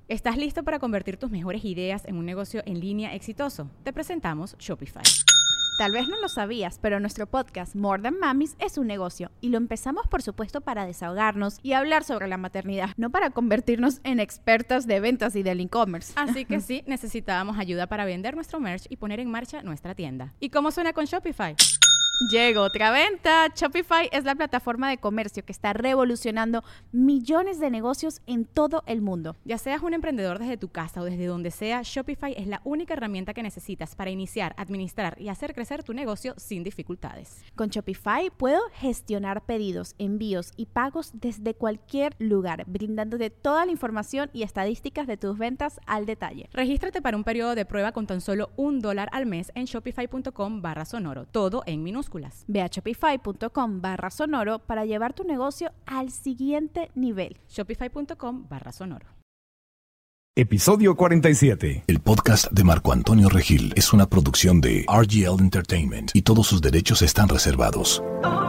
¿Estás listo para convertir tus mejores ideas en un negocio en línea exitoso? Te presentamos Shopify. Tal vez no lo sabías, pero nuestro podcast More Than Mamis es un negocio y lo empezamos por supuesto para desahogarnos y hablar sobre la maternidad, no para convertirnos en expertas de ventas y del e-commerce. Así que sí, necesitábamos ayuda para vender nuestro merch y poner en marcha nuestra tienda. ¿Y cómo suena con Shopify? Llegó otra venta. Shopify es la plataforma de comercio que está revolucionando millones de negocios en todo el mundo. Ya seas un emprendedor desde tu casa o desde donde sea, Shopify es la única herramienta que necesitas para iniciar, administrar y hacer crecer tu negocio sin dificultades. Con Shopify puedo gestionar pedidos, envíos y pagos desde cualquier lugar, brindándote toda la información y estadísticas de tus ventas al detalle. Regístrate para un periodo de prueba con tan solo $1 al mes en shopify.com/sonoro, todo en minúsculas. Ve a shopify.com/sonoro para llevar tu negocio al siguiente nivel. Shopify.com/sonoro. Episodio 47. El podcast de Marco Antonio Regil es una producción de RGL Entertainment y todos sus derechos están reservados.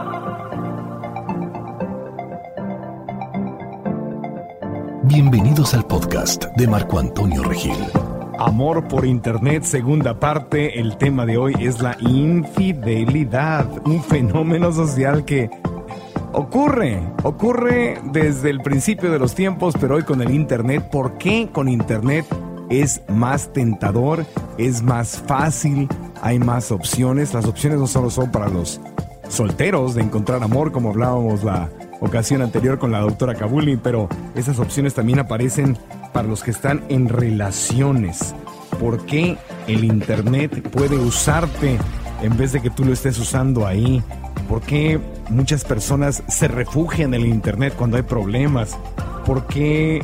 Bienvenidos al podcast de Marco Antonio Regil. Amor por Internet, segunda parte. El tema de hoy es la infidelidad, un fenómeno social que ocurre desde el principio de los tiempos, pero hoy con el Internet. ¿Por qué con Internet es más tentador, es más fácil, hay más opciones? Las opciones no solo son para los solteros de encontrar amor, como hablábamos la ocasión anterior con la doctora Kabuli, pero esas opciones también aparecen para los que están en relaciones. ¿Por qué el Internet puede usarte en vez de que tú lo estés usando ahí? ¿Por qué muchas personas se refugian en el Internet cuando hay problemas? ¿Por qué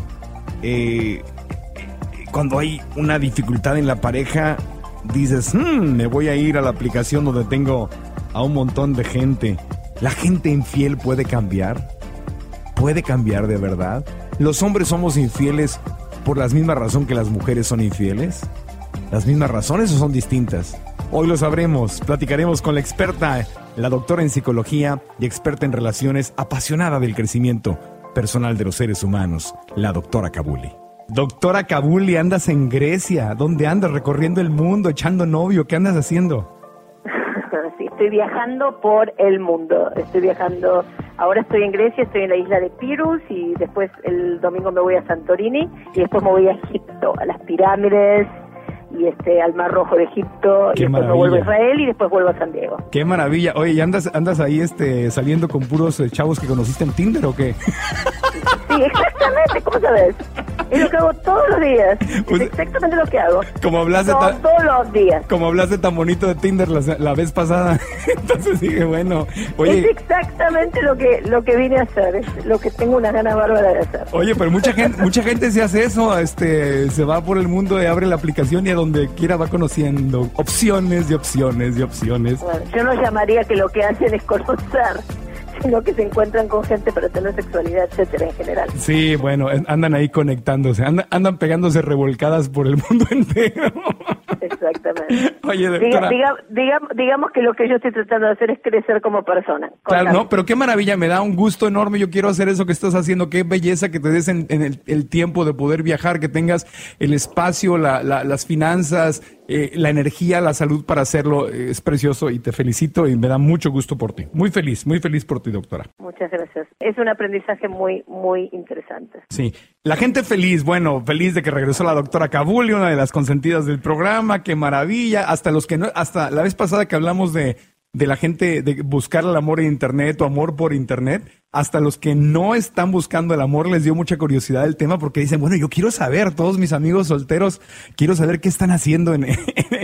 cuando hay una dificultad en la pareja dices, me voy a ir a la aplicación donde tengo a un montón de gente? ¿La gente infiel puede cambiar? ¿Puede cambiar de verdad? ¿Los hombres somos infieles por la misma razón que las mujeres son infieles? ¿Las mismas razones o son distintas? Hoy lo sabremos. Platicaremos con la experta, la doctora en psicología y experta en relaciones, apasionada del crecimiento personal de los seres humanos, la doctora Kabuli. Doctora Kabuli, andas en Grecia. ¿Dónde andas? ¿Recorriendo el mundo, echando novio? ¿Qué andas haciendo? Sí, estoy viajando por el mundo. Ahora estoy en Grecia, estoy en la isla de Pirus y después el domingo me voy a Santorini y después me voy a Egipto, a las pirámides y al Mar Rojo de Egipto. Qué y después maravilla. me vuelvo a Israel y después vuelvo a San Diego. ¡Qué maravilla! Oye, ¿y andas ahí saliendo con puros chavos que conociste en Tinder o qué? Sí, exactamente, ¿cómo sabes? Es lo que hago todos los días. Pues, es exactamente lo que hago. Como hablaste todos los días. Como hablaste tan bonito de Tinder la vez pasada, entonces dije, bueno, oye. Es exactamente lo que vine a hacer, es lo que tengo una gana bárbara de hacer. Oye, pero mucha gente se hace eso, se va por el mundo y abre la aplicación y a donde quiera va conociendo opciones y opciones y opciones. Bueno, yo no llamaría que lo que hacen es conocer, sino que se encuentran con gente para tener sexualidad, etcétera, en general. Sí, bueno, andan ahí conectándose, andan pegándose revolcadas por el mundo entero. Exactamente. Oye, doctora. Digamos que lo que yo estoy tratando de hacer es crecer como persona. Claro, no, pero qué maravilla, me da un gusto enorme. Yo quiero hacer eso que estás haciendo. Qué belleza que te des en el tiempo de poder viajar, que tengas el espacio, las finanzas, la energía, la salud para hacerlo. Es precioso y te felicito y me da mucho gusto por ti. Muy feliz por ti, doctora. Muchas gracias. Es un aprendizaje muy, muy interesante. Sí. La gente feliz de que regresó la doctora Kabuli, una de las consentidas del programa. Qué maravilla. Hasta la vez pasada que hablamos de la gente de buscar el amor en Internet o amor por Internet, hasta los que no están buscando el amor les dio mucha curiosidad el tema porque dicen, bueno, yo quiero saber, todos mis amigos solteros, quiero saber qué están haciendo en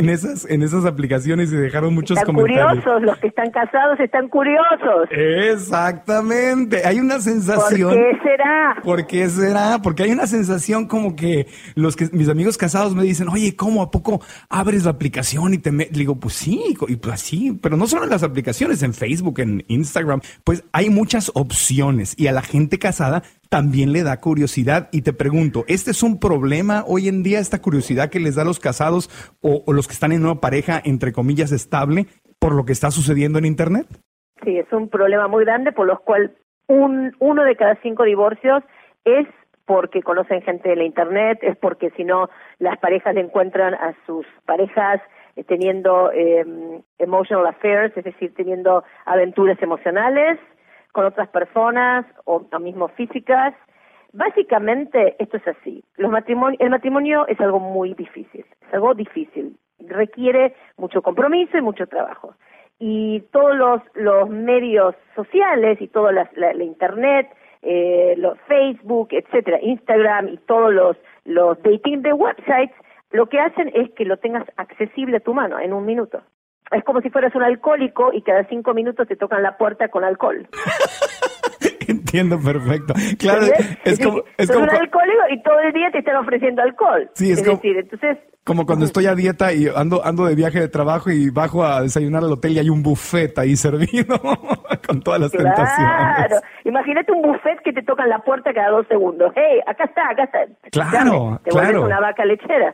esas aplicaciones y dejaron muchos comentarios. Están curiosos, los que están casados están curiosos. Exactamente, hay una sensación. ¿Por qué será? Porque hay una sensación como que mis amigos casados me dicen, oye, ¿cómo? ¿A poco abres la aplicación y le digo, pues sí, y pues así, pero no solo en las aplicaciones, en Facebook, en Instagram, pues hay muchas opciones y a la gente casada también le da curiosidad. Y te pregunto, ¿este es un problema hoy en día, esta curiosidad que les da a los casados o los que están en una pareja, entre comillas, estable, por lo que está sucediendo en Internet? Sí, es un problema muy grande por lo cual uno de cada 5 divorcios es porque conocen gente de la internet, es porque si no las parejas encuentran a sus parejas teniendo emotional affairs, es decir, teniendo aventuras emocionales con otras personas o mismo físicas. Básicamente esto es así. El matrimonio es algo muy difícil, es algo difícil, requiere mucho compromiso y mucho trabajo. Y todos los medios sociales y toda la internet, los Facebook, etcétera, Instagram y todos los dating de websites, lo que hacen es que lo tengas accesible a tu mano en un minuto. Es como si fueras un alcohólico y cada 5 minutos te tocan la puerta con alcohol. Entiendo perfecto. Claro, es como un alcohólico y todo el día te están ofreciendo alcohol. Sí, es decir, entonces como cuando estoy a dieta y ando de viaje de trabajo y bajo a desayunar al hotel y hay un buffet ahí servido con todas las tentaciones. Claro, imagínate un buffet que te tocan la puerta cada 2 segundos. Hey, acá está. Claro, te vuelves una vaca lechera.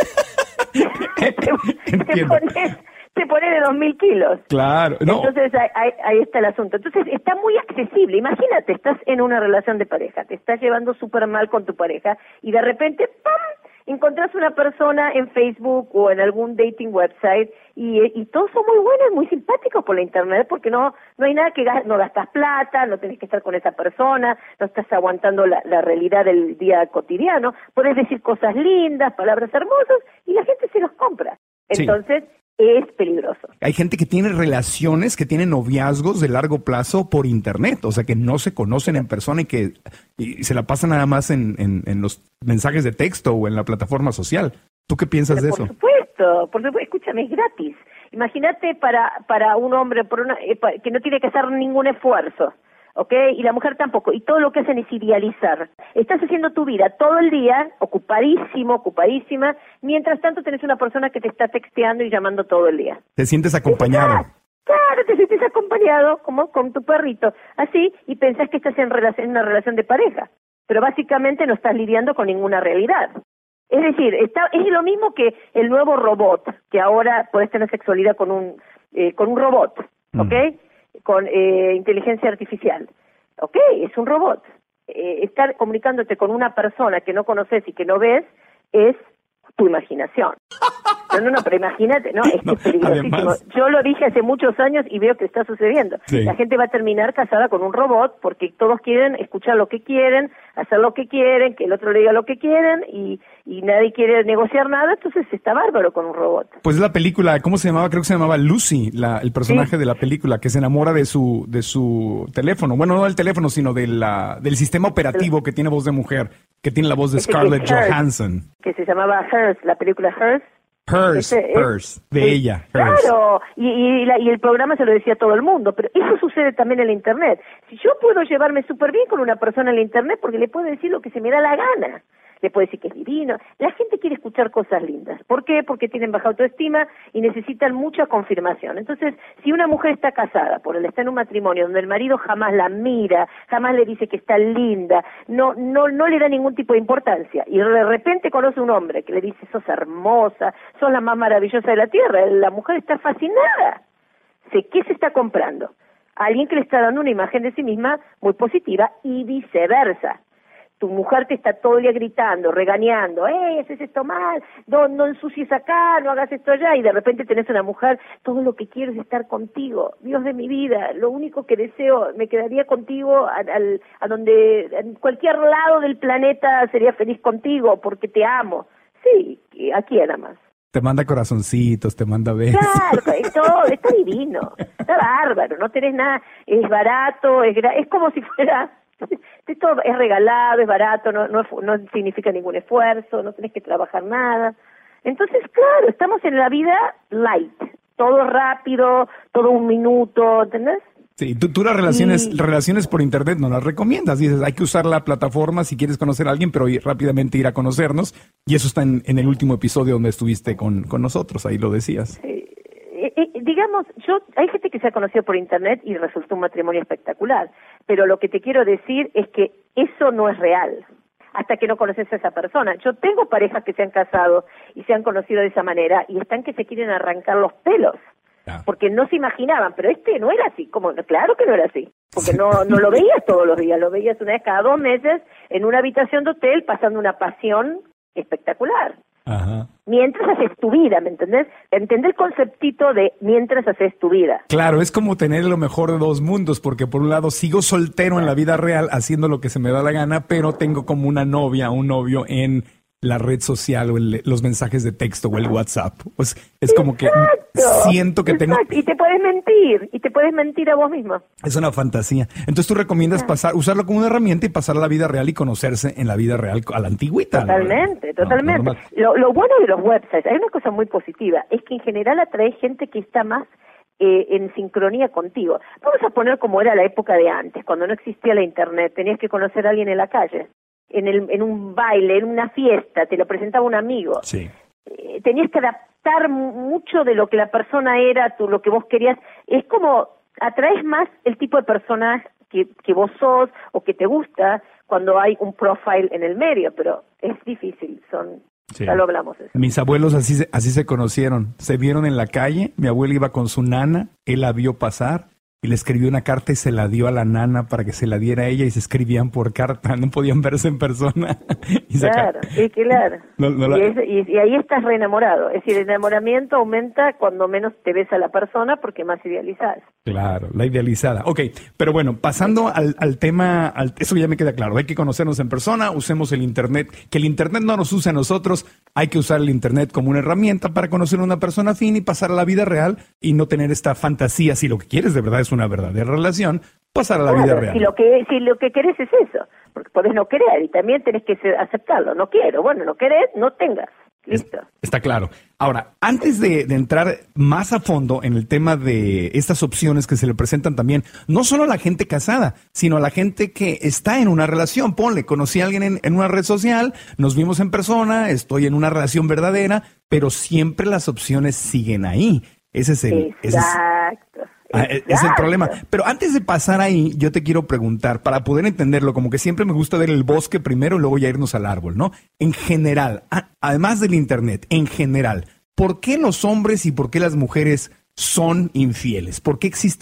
te pones de 2.000 kilos. Claro, no. Entonces ahí está el asunto. Entonces está muy accesible. Imagínate, estás en una relación de pareja, te estás llevando súper mal con tu pareja y de repente, ¡pam!, encontrás una persona en Facebook o en algún dating website y todos son muy buenos, muy simpáticos por la internet porque no hay nada que no gastas plata, no tenés que estar con esa persona, no estás aguantando la realidad del día cotidiano, podés decir cosas lindas, palabras hermosas y la gente se los compra. Entonces, sí, es peligroso. Hay gente que tiene relaciones, que tiene noviazgos de largo plazo por internet, o sea, que no se conocen en persona y se la pasan nada más en los mensajes de texto o en la plataforma social. ¿Tú qué piensas de eso? Por supuesto, escúchame, es gratis. Imagínate para un hombre que no tiene que hacer ningún esfuerzo, ¿ok? Y la mujer tampoco, y todo lo que hacen es idealizar. Estás haciendo tu vida todo el día, ocupadísima, mientras tanto tenés una persona que te está texteando y llamando todo el día. ¿Te sientes acompañado? Claro, te sientes acompañado, como con tu perrito, así, y pensás que estás en una relación de pareja, pero básicamente no estás lidiando con ninguna realidad. Es decir, es lo mismo que el nuevo robot, que ahora podés tener sexualidad con un robot, ¿ok? Con inteligencia artificial. Ok, es un robot. Estar comunicándote con una persona que no conoces y que no ves es tu imaginación. No, pero imagínate, es que es peligrosísimo. Además, yo lo dije hace muchos años y veo que está sucediendo. Sí. La gente va a terminar casada con un robot porque todos quieren escuchar lo que quieren, hacer lo que quieren, que el otro le diga lo que quieren y nadie quiere negociar nada, entonces está bárbaro con un robot. Pues es la película, ¿cómo se llamaba? Creo que se llamaba Lucy, el personaje de la película, que se enamora de su teléfono. Bueno, no del teléfono, sino del sistema operativo que tiene voz de mujer, que tiene la voz de Scarlett Johansson. Que se llamaba Hers, la película Hers. Hers, de ella. Hers. Claro, y el programa se lo decía a todo el mundo, pero eso sucede también en la internet. Si yo puedo llevarme súper bien con una persona en la internet porque le puedo decir lo que se me da la gana, le puedo decir que es divino, la gente quiere escuchar cosas lindas. ¿Por qué? Porque tienen baja autoestima y necesitan mucha confirmación. Entonces, si una mujer está casada, está en un matrimonio donde el marido jamás la mira, jamás le dice que está linda, no le da ningún tipo de importancia, y de repente conoce un hombre que le dice, sos hermosa, sos la más maravillosa de la tierra, la mujer está fascinada. ¿Qué se está comprando? Alguien que le está dando una imagen de sí misma muy positiva y viceversa. Tu mujer te está todo el día gritando, regañando, haces esto mal, no ensucies acá, no hagas esto allá, y de repente tenés una mujer, todo lo que quiero es estar contigo, Dios de mi vida, lo único que deseo, me quedaría contigo a donde, en cualquier lado del planeta sería feliz contigo, porque te amo. Sí, ¿a quién nada más? Te manda corazoncitos, te manda besos. Claro, todo, está divino, está bárbaro, no tenés nada, es barato, es como si fuera... Todo es regalado, es barato, no significa ningún esfuerzo, no tenés que trabajar nada. Entonces, claro, estamos en la vida light, todo rápido, todo un minuto, ¿entendés? Sí, tú las relaciones por internet no las recomiendas, dices, hay que usar la plataforma si quieres conocer a alguien, pero rápidamente ir a conocernos, y eso está en el último episodio donde estuviste con nosotros, ahí lo decías. Sí. Digamos, hay gente que se ha conocido por internet y resultó un matrimonio espectacular, pero lo que te quiero decir es que eso no es real hasta que no conoces a esa persona. Yo tengo parejas que se han casado y se han conocido de esa manera y están que se quieren arrancar los pelos porque no se imaginaban, pero no era así, claro que no era así. porque no lo veías todos los días, lo veías una vez cada 2 meses en una habitación de hotel pasando una pasión espectacular. Ajá. Mientras haces tu vida, ¿me entendés? Entender el conceptito de mientras haces tu vida. Claro, es como tener lo mejor de 2 mundos, porque por un lado sigo soltero en la vida real haciendo lo que se me da la gana, pero tengo como una novia, un novio en la red social o los mensajes de texto o el WhatsApp. Pues es como que siento que tengo... Y te puedes mentir a vos mismo. Es una fantasía. Entonces tú recomiendas usarlo como una herramienta y pasar a la vida real y conocerse en la vida real a la antigüita. Totalmente. No, lo bueno de los websites, hay una cosa muy positiva, es que en general atrae gente que está más en sincronía contigo. Vamos a poner como era la época de antes, cuando no existía la internet, tenías que conocer a alguien en la calle. En un baile, en una fiesta, te lo presentaba un amigo. Sí. Tenías que adaptar mucho de lo que la persona era, lo que vos querías. Es como atraes más el tipo de personas que vos sos o que te gusta cuando hay un profile en el medio, pero es difícil, Sí. Ya lo hablamos eso. Mis abuelos así se conocieron. Se vieron en la calle, mi abuela iba con su nana, él la vio pasar y le escribió una carta y se la dio a la nana para que se la diera a ella y se escribían por carta, no podían verse en persona. Claro, sí, claro. Y ahí estás reenamorado. Es decir, el enamoramiento aumenta cuando menos te ves a la persona porque más idealizás. Claro, la idealizada. Ok, pero bueno, pasando al tema, eso ya me queda claro. Hay que conocernos en persona, usemos el Internet. Que el Internet no nos use a nosotros, hay que usar el Internet como una herramienta para conocer a una persona afín y pasar a la vida real y no tener esta fantasía. Si lo que quieres de verdad es una verdadera relación, pasar a la vida real. Si lo que querés es eso, porque podés no querer y también tenés que aceptarlo. No quiero, bueno, no querés, no tengas. Listo. Está claro. Ahora, antes de entrar más a fondo en el tema de estas opciones que se le presentan también, no solo a la gente casada, sino a la gente que está en una relación. Ponle, conocí a alguien en una red social, nos vimos en persona, estoy en una relación verdadera, pero siempre las opciones siguen ahí. Ese es el... Exacto. Es el problema. Pero antes de pasar ahí, yo te quiero preguntar, para poder entenderlo, como que siempre me gusta ver el bosque primero y luego ya irnos al árbol, ¿no? En general, además del Internet, en general, ¿por qué los hombres y por qué las mujeres son infieles? ¿Por qué existe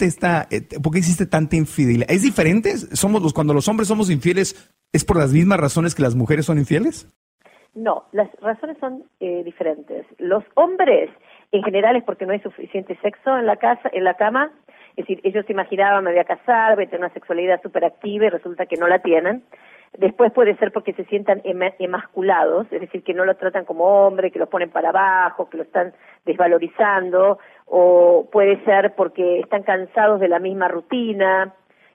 tanta infidelidad? ¿Es diferente? Cuando los hombres somos infieles, ¿es por las mismas razones que las mujeres son infieles? No, las razones son diferentes. Los hombres, en general, es porque no hay suficiente sexo en la cama. Es decir, ellos se imaginaban, me voy a casar, voy a tener una sexualidad súper activa y resulta que no la tienen. Después puede ser porque se sientan emasculados, es decir, que no lo tratan como hombre, que lo ponen para abajo, que lo están desvalorizando, o puede ser porque están cansados de la misma rutina,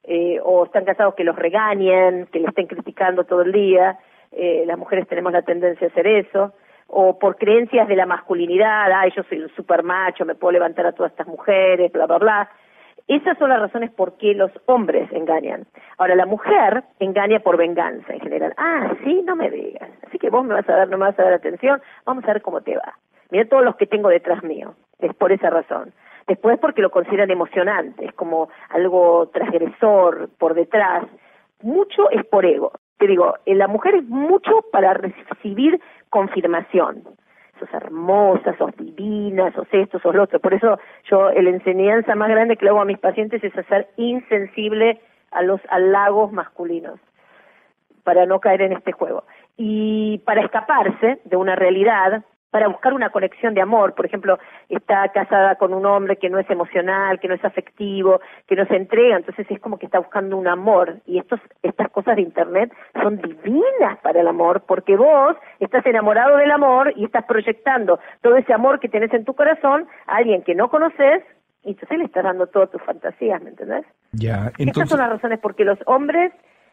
o están cansados que los regañen, que le estén criticando todo el día. Las mujeres tenemos la tendencia a hacer eso. O por creencias de la masculinidad, yo soy un super macho, me puedo levantar a todas estas mujeres, bla, bla, bla. Esas son las razones por qué los hombres engañan. Ahora, la mujer engaña por venganza en general. Sí, no me digas. Así que vos no me vas a dar atención, vamos a ver cómo te va. Mira todos los que tengo detrás mío. Es por esa razón. Después porque lo consideran emocionante, es como algo transgresor por detrás. Mucho es por ego. Te digo, la mujer es mucho para recibir confirmación. Sos hermosa, sos divina, sos esto, sos lo otro. Por eso la enseñanza más grande que le hago a mis pacientes es hacer insensible a los halagos masculinos, para no caer en este juego. Y para escaparse de una realidad, para buscar una conexión de amor. Por ejemplo, está casada con un hombre que no es emocional, que no es afectivo, que no se entrega, entonces es como que está buscando un amor. Y estas cosas de Internet son divinas para el amor, porque vos estás enamorado del amor y estás proyectando todo ese amor que tenés en tu corazón a alguien que no conoces, y entonces le estás dando todas tus fantasías, ¿me entendés? Ya, entonces... Estas son las razones por qué los hombres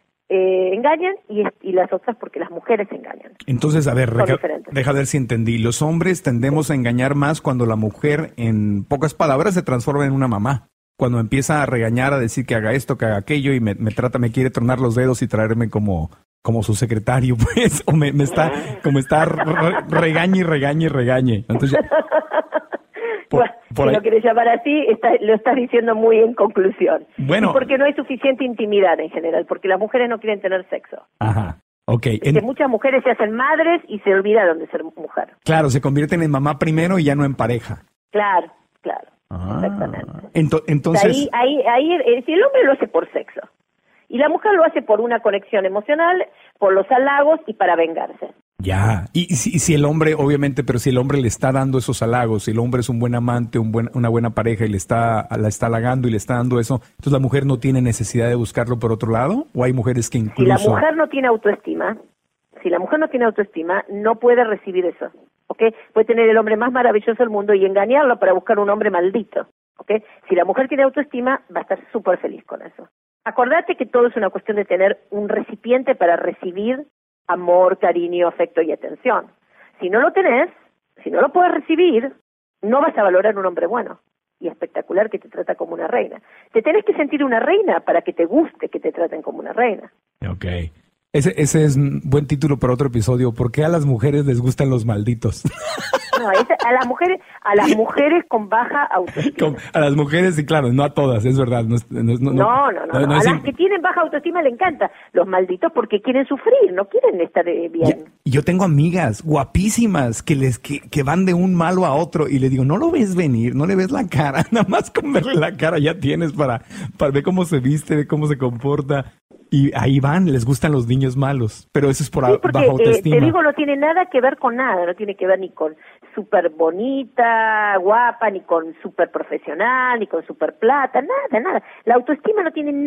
engañan y las otras porque las mujeres engañan. Entonces, a ver, deja ver si entendí. Los hombres tendemos a engañar más cuando la mujer, en pocas palabras, se transforma en una mamá. Cuando empieza a regañar, a decir que haga esto, que haga aquello y me quiere tronar los dedos y traerme como su secretario, pues, o me está regañe. Entonces, si lo quieres llamar así, lo estás diciendo muy en conclusión. Bueno. Y porque no hay suficiente intimidad en general, porque las mujeres no quieren tener sexo. Ajá, ok. Muchas mujeres se hacen madres y se olvidaron de ser mujer. Claro, se convierten en mamá primero y ya no en pareja. Claro. Exactamente. Entonces... Ahí, si el hombre lo hace por sexo y la mujer lo hace por una conexión emocional, por los halagos y para vengarse. Ya, y si el hombre, obviamente, pero si el hombre le está dando esos halagos, si el hombre es un buen amante, una buena pareja y la está halagando y le está dando eso, entonces la mujer no tiene necesidad de buscarlo por otro lado, o hay mujeres que incluso... Si la mujer no tiene autoestima, no puede recibir eso, ¿ok? Puede tener el hombre más maravilloso del mundo y engañarlo para buscar un hombre maldito, ¿ok? Si la mujer tiene autoestima, va a estar súper feliz con eso. Acordate que todo es una cuestión de tener un recipiente para recibir amor, cariño, afecto y atención. Si no lo tenés, si no lo puedes recibir, no vas a valorar un hombre bueno y espectacular que te trata como una reina. Te tenés que sentir una reina para que te guste que te traten como una reina. Ok. Ese es un buen título para otro episodio. ¿Por qué a las mujeres les gustan los malditos? No, a las mujeres con baja autoestima. A las mujeres, sí, claro, no a todas, es verdad. No, a las que tienen baja autoestima le encanta. Los malditos porque quieren sufrir, no quieren estar bien. Yo tengo amigas guapísimas que van de un malo a otro y le digo, no lo ves venir, no le ves la cara, nada más con verle la cara ya tienes para ver cómo se viste, ver cómo se comporta. Y ahí van, les gustan los niños malos, pero eso es por baja autoestima. Te digo, no tiene nada que ver con nada, no tiene que ver ni con súper bonita, guapa, ni con súper profesional, ni con súper plata, nada. La autoestima no tiene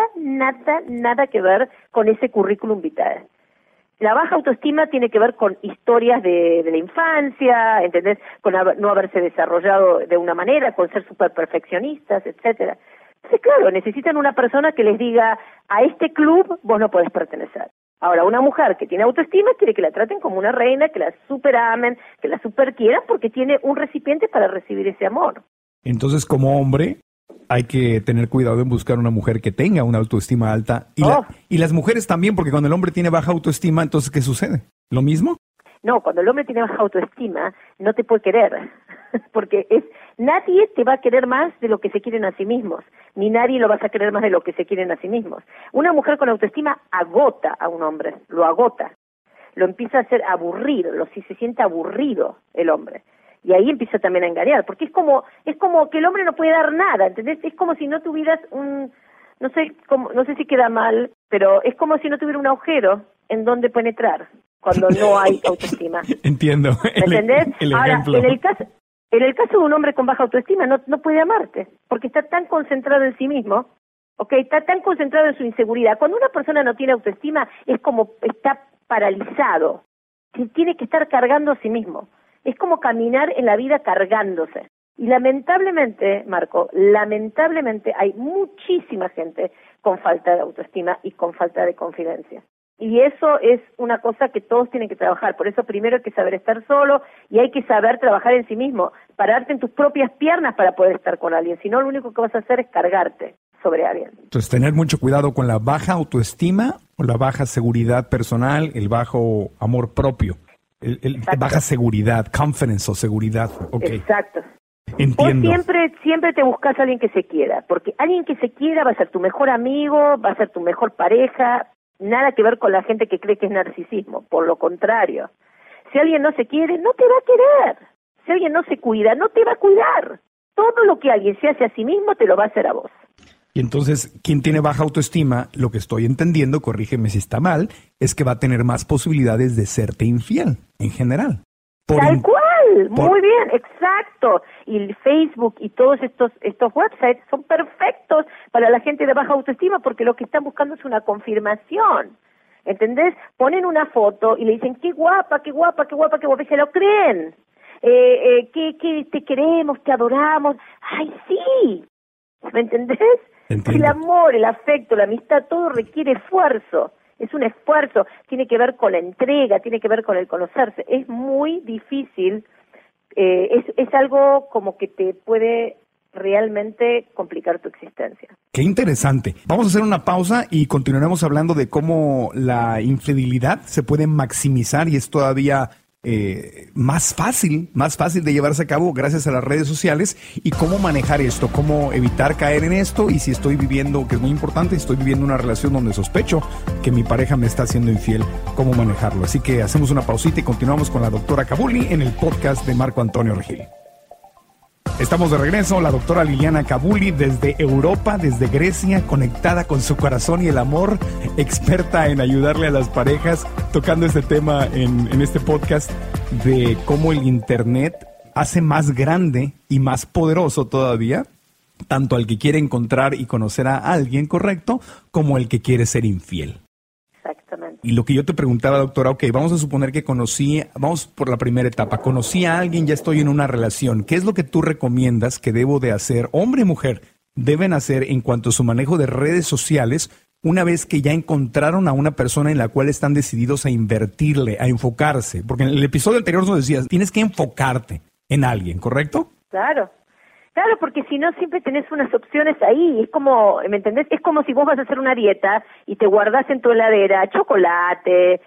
nada que ver con ese currículum vitae. La baja autoestima tiene que ver con historias de la infancia, ¿entendés? Con no haberse desarrollado de una manera, con ser súper perfeccionistas, etcétera. Entonces, claro, necesitan una persona que les diga, a este club vos no podés pertenecer. Ahora, una mujer que tiene autoestima quiere que la traten como una reina, que la super amen, que la super quieran, porque tiene un recipiente para recibir ese amor. Entonces, como hombre, hay que tener cuidado en buscar una mujer que tenga una autoestima alta. Y las mujeres también, porque cuando el hombre tiene baja autoestima, entonces, ¿qué sucede? ¿Lo mismo? No, cuando el hombre tiene baja autoestima, no te puede querer, porque nadie te va a querer más de lo que se quieren a sí mismos, ni nadie lo vas a querer más de lo que se quieren a sí mismos. Una mujer con autoestima agota a un hombre, lo agota, lo empieza a hacer aburrir, se siente aburrido el hombre, y ahí empieza también a engañar, porque es como que el hombre no puede dar nada, ¿entendés? Es como si no tuvieras no sé si queda mal, pero es como si no tuviera un agujero en donde penetrar cuando no hay autoestima. Entiendo. ¿Entendés? Ahora, ejemplo. en el caso de un hombre con baja autoestima no puede amarte, porque está tan concentrado en sí mismo, ¿okay? Está tan concentrado en su inseguridad. Cuando una persona no tiene autoestima, es como está paralizado, tiene que estar cargando a sí mismo. Es como caminar en la vida cargándose. Y lamentablemente, Marco, hay muchísima gente con falta de autoestima y con falta de confidencia. Y eso es una cosa que todos tienen que trabajar. Por eso primero hay que saber estar solo y hay que saber trabajar en sí mismo, pararte en tus propias piernas para poder estar con alguien. Si no, lo único que vas a hacer es cargarte sobre alguien. Entonces, tener mucho cuidado con la baja autoestima o la baja seguridad personal, el bajo amor propio, el baja seguridad, confidence o seguridad. Okay. Exacto. Entiendo. Vos siempre te buscas a alguien que se quiera, porque alguien que se quiera va a ser tu mejor amigo, va a ser tu mejor pareja. Nada que ver con la gente que cree que es narcisismo, por lo contrario. Si alguien no se quiere, no te va a querer. Si alguien no se cuida, no te va a cuidar. Todo lo que alguien se hace a sí mismo te lo va a hacer a vos. Y entonces, quien tiene baja autoestima, lo que estoy entendiendo, corrígeme si está mal, es que va a tener más posibilidades de serte infiel, en general. Tal cual, muy bien, exacto. Y el Facebook y todos estos websites son perfectos para la gente de baja autoestima porque lo que están buscando es una confirmación. ¿Entendés? Ponen una foto y le dicen, qué guapa, qué guapa, qué guapa, qué guapa, y se lo creen. Que te queremos, te adoramos. ¡Ay, sí! ¿Me entendés? Entiendo. El amor, el afecto, la amistad, todo requiere esfuerzo. Es un esfuerzo, tiene que ver con la entrega, tiene que ver con el conocerse. Es muy difícil, es algo como que te puede realmente complicar tu existencia. Qué interesante. Vamos a hacer una pausa y continuaremos hablando de cómo la infidelidad se puede maximizar y es todavía más fácil de llevarse a cabo gracias a las redes sociales y cómo manejar esto, cómo evitar caer en esto y si estoy viviendo, que es muy importante, si estoy viviendo una relación donde sospecho que mi pareja me está haciendo infiel, cómo manejarlo. Así que hacemos una pausita y continuamos con la doctora Kabuli en el podcast de Marco Antonio Regil. Estamos de regreso, la doctora Liliana Kabuli desde Europa, desde Grecia, conectada con su corazón y el amor, experta en ayudarle a las parejas, tocando este tema en este podcast de cómo el Internet hace más grande y más poderoso todavía, tanto al que quiere encontrar y conocer a alguien correcto, como el que quiere ser infiel. Exactamente. Y lo que yo te preguntaba, doctora, vamos a suponer que vamos por la primera etapa, conocí a alguien, ya estoy en una relación. ¿Qué es lo que tú recomiendas que debo de hacer, hombre y mujer, deben hacer en cuanto a su manejo de redes sociales una vez que ya encontraron a una persona en la cual están decididos a invertirle, a enfocarse? Porque en el episodio anterior nos decías, tienes que enfocarte en alguien, ¿correcto? Claro, porque si no siempre tenés unas opciones ahí, es como, ¿me entendés? Es como si vos vas a hacer una dieta y te guardás en tu heladera chocolate,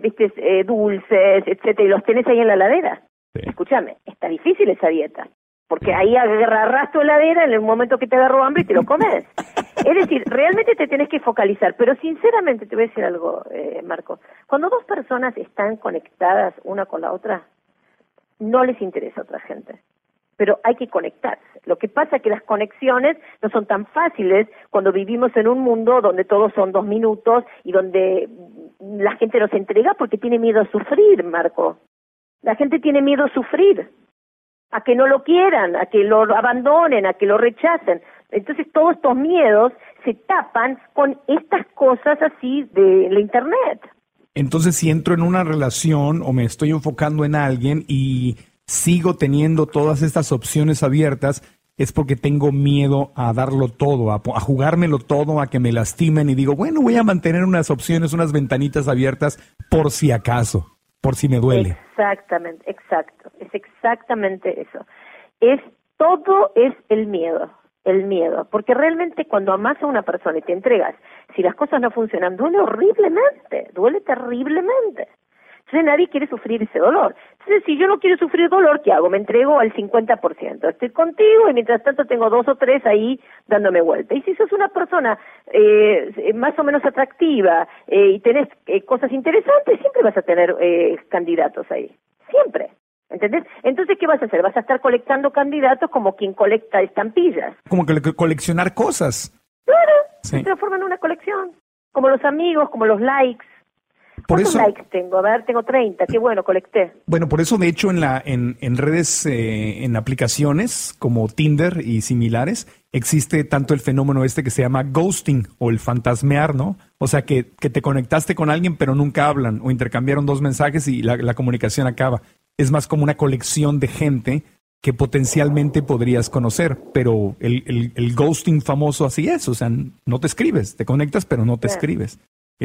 dulces, etcétera, y los tenés ahí en la heladera. Sí. Escúchame, está difícil esa dieta, porque ahí agarrás tu heladera en el momento que te agarró hambre y te lo comes. Es decir, realmente te tenés que focalizar, pero sinceramente te voy a decir algo, Marco, cuando dos personas están conectadas una con la otra, no les interesa a otra gente. Pero hay que conectarse. Lo que pasa es que las conexiones no son tan fáciles cuando vivimos en un mundo donde todos son 2 minutos y donde la gente nos entrega porque tiene miedo a sufrir, Marco. La gente tiene miedo a sufrir, a que no lo quieran, a que lo abandonen, a que lo rechacen. Entonces todos estos miedos se tapan con estas cosas así de la Internet. Entonces si entro en una relación o me estoy enfocando en alguien y sigo teniendo todas estas opciones abiertas, es porque tengo miedo a darlo todo, a jugármelo todo, a que me lastimen y digo, bueno, voy a mantener unas opciones, unas ventanitas abiertas por si acaso, por si me duele. Exactamente, exacto, es exactamente eso. Todo es el miedo, porque realmente cuando amas a una persona y te entregas, si las cosas no funcionan, duele horriblemente, duele terriblemente. Entonces nadie quiere sufrir ese dolor. Entonces si yo no quiero sufrir dolor, ¿qué hago? Me entrego al 50%. Estoy contigo y mientras tanto tengo 2 o 3 ahí dándome vuelta. Y si sos una persona más o menos atractiva y tenés cosas interesantes, siempre vas a tener candidatos ahí. Siempre. ¿Entendés? Entonces, ¿qué vas a hacer? Vas a estar colectando candidatos como quien colecta estampillas. Como que coleccionar cosas. Claro, sí. Se transforma en una colección. Como los amigos, como los likes. ¿Cuántos likes tengo? A ver, tengo 30. Qué bueno, colecté. Bueno, por eso, de hecho, en redes, en aplicaciones como Tinder y similares, existe tanto el fenómeno que se llama ghosting o el fantasmear, ¿no? O sea, que te conectaste con alguien pero nunca hablan o intercambiaron 2 mensajes y la comunicación acaba. Es más como una colección de gente que potencialmente podrías conocer, pero el ghosting famoso así es, o sea, no te escribes, te conectas pero no te escribes.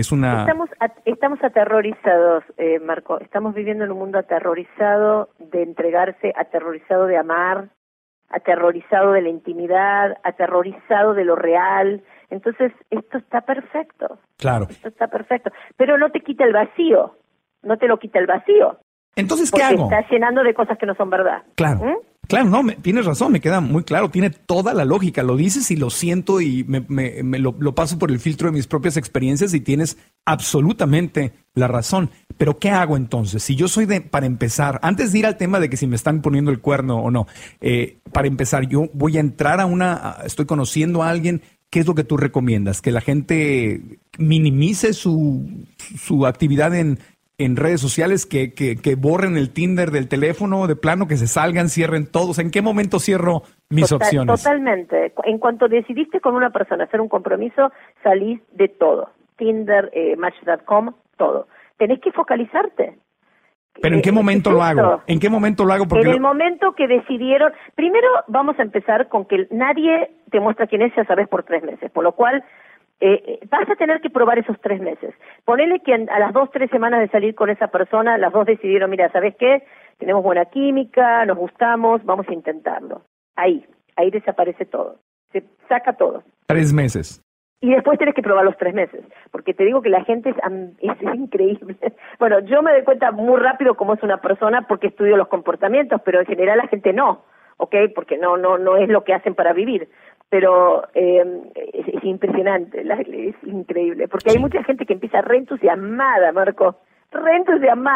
Estamos aterrorizados, Marco. Estamos viviendo en un mundo aterrorizado de entregarse, aterrorizado de amar, aterrorizado de la intimidad, aterrorizado de lo real. Entonces, esto está perfecto. Claro. Esto está perfecto. Pero no te quita el vacío. No te lo quita el vacío. Entonces, ¿qué hago? Porque estás llenando de cosas que no son verdad. Claro. Claro, no, tienes razón, me queda muy claro, tiene toda la lógica, lo dices y lo siento y lo paso por el filtro de mis propias experiencias y tienes absolutamente la razón. Pero ¿qué hago entonces? Si yo soy para empezar, antes de ir al tema de que si me están poniendo el cuerno o no, para empezar, yo voy a entrar estoy conociendo a alguien, ¿qué es lo que tú recomiendas? ¿Que la gente minimice su actividad en redes sociales, que borren el Tinder del teléfono, de plano, que se salgan, cierren todos? ¿En qué momento cierro mis opciones? Totalmente. En cuanto decidiste con una persona hacer un compromiso, salís de todo. Tinder, Match.com, todo. Tenés que focalizarte. ¿Pero en qué momento lo hago? ¿En qué momento lo hago? Porque en el momento que decidieron... Primero vamos a empezar con que nadie te muestra quién es, ya sabes, por 3 meses. Por lo cual... vas a tener que probar esos 3 meses. Ponele que a las 2-3 semanas de salir con esa persona, las dos decidieron, mira, ¿sabes qué? Tenemos buena química, nos gustamos, vamos a intentarlo. Ahí desaparece todo. Se saca todo. 3 meses. Y después tenés que probar los 3 meses. Porque te digo que la gente es increíble. Bueno, yo me doy cuenta muy rápido cómo es una persona porque estudio los comportamientos, pero en general la gente no, ¿ok? Porque no es lo que hacen para vivir. Pero es impresionante, es increíble, porque hay mucha gente que empieza re entusiasmada, Marco, re entusiasmada,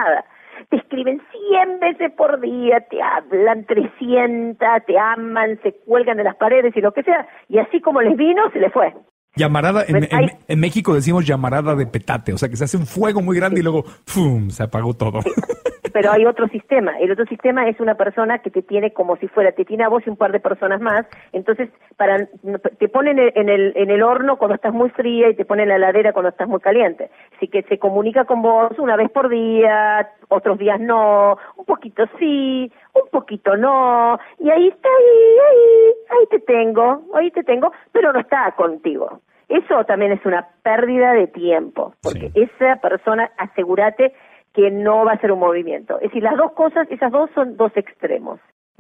te escriben 100 veces por día, te hablan 300, te aman, se cuelgan de las paredes y lo que sea, y así como les vino, se les fue. Llamarada, en México decimos llamarada de petate, o sea que se hace un fuego muy grande y luego ¡fum! Se apagó todo. Pero hay otro sistema. El otro sistema es una persona que te tiene como si fuera, te tiene a vos y un par de personas más. Entonces, te ponen en el horno cuando estás muy fría y te ponen en la heladera cuando estás muy caliente. Así que se comunica con vos una vez por día, otros días no, un poquito sí, un poquito no. Y ahí está, ahí te tengo, pero no está contigo. Eso también es una pérdida de tiempo, porque esa persona, asegúrate que no va a ser un movimiento. Es decir, las dos cosas, esas dos son dos extremos.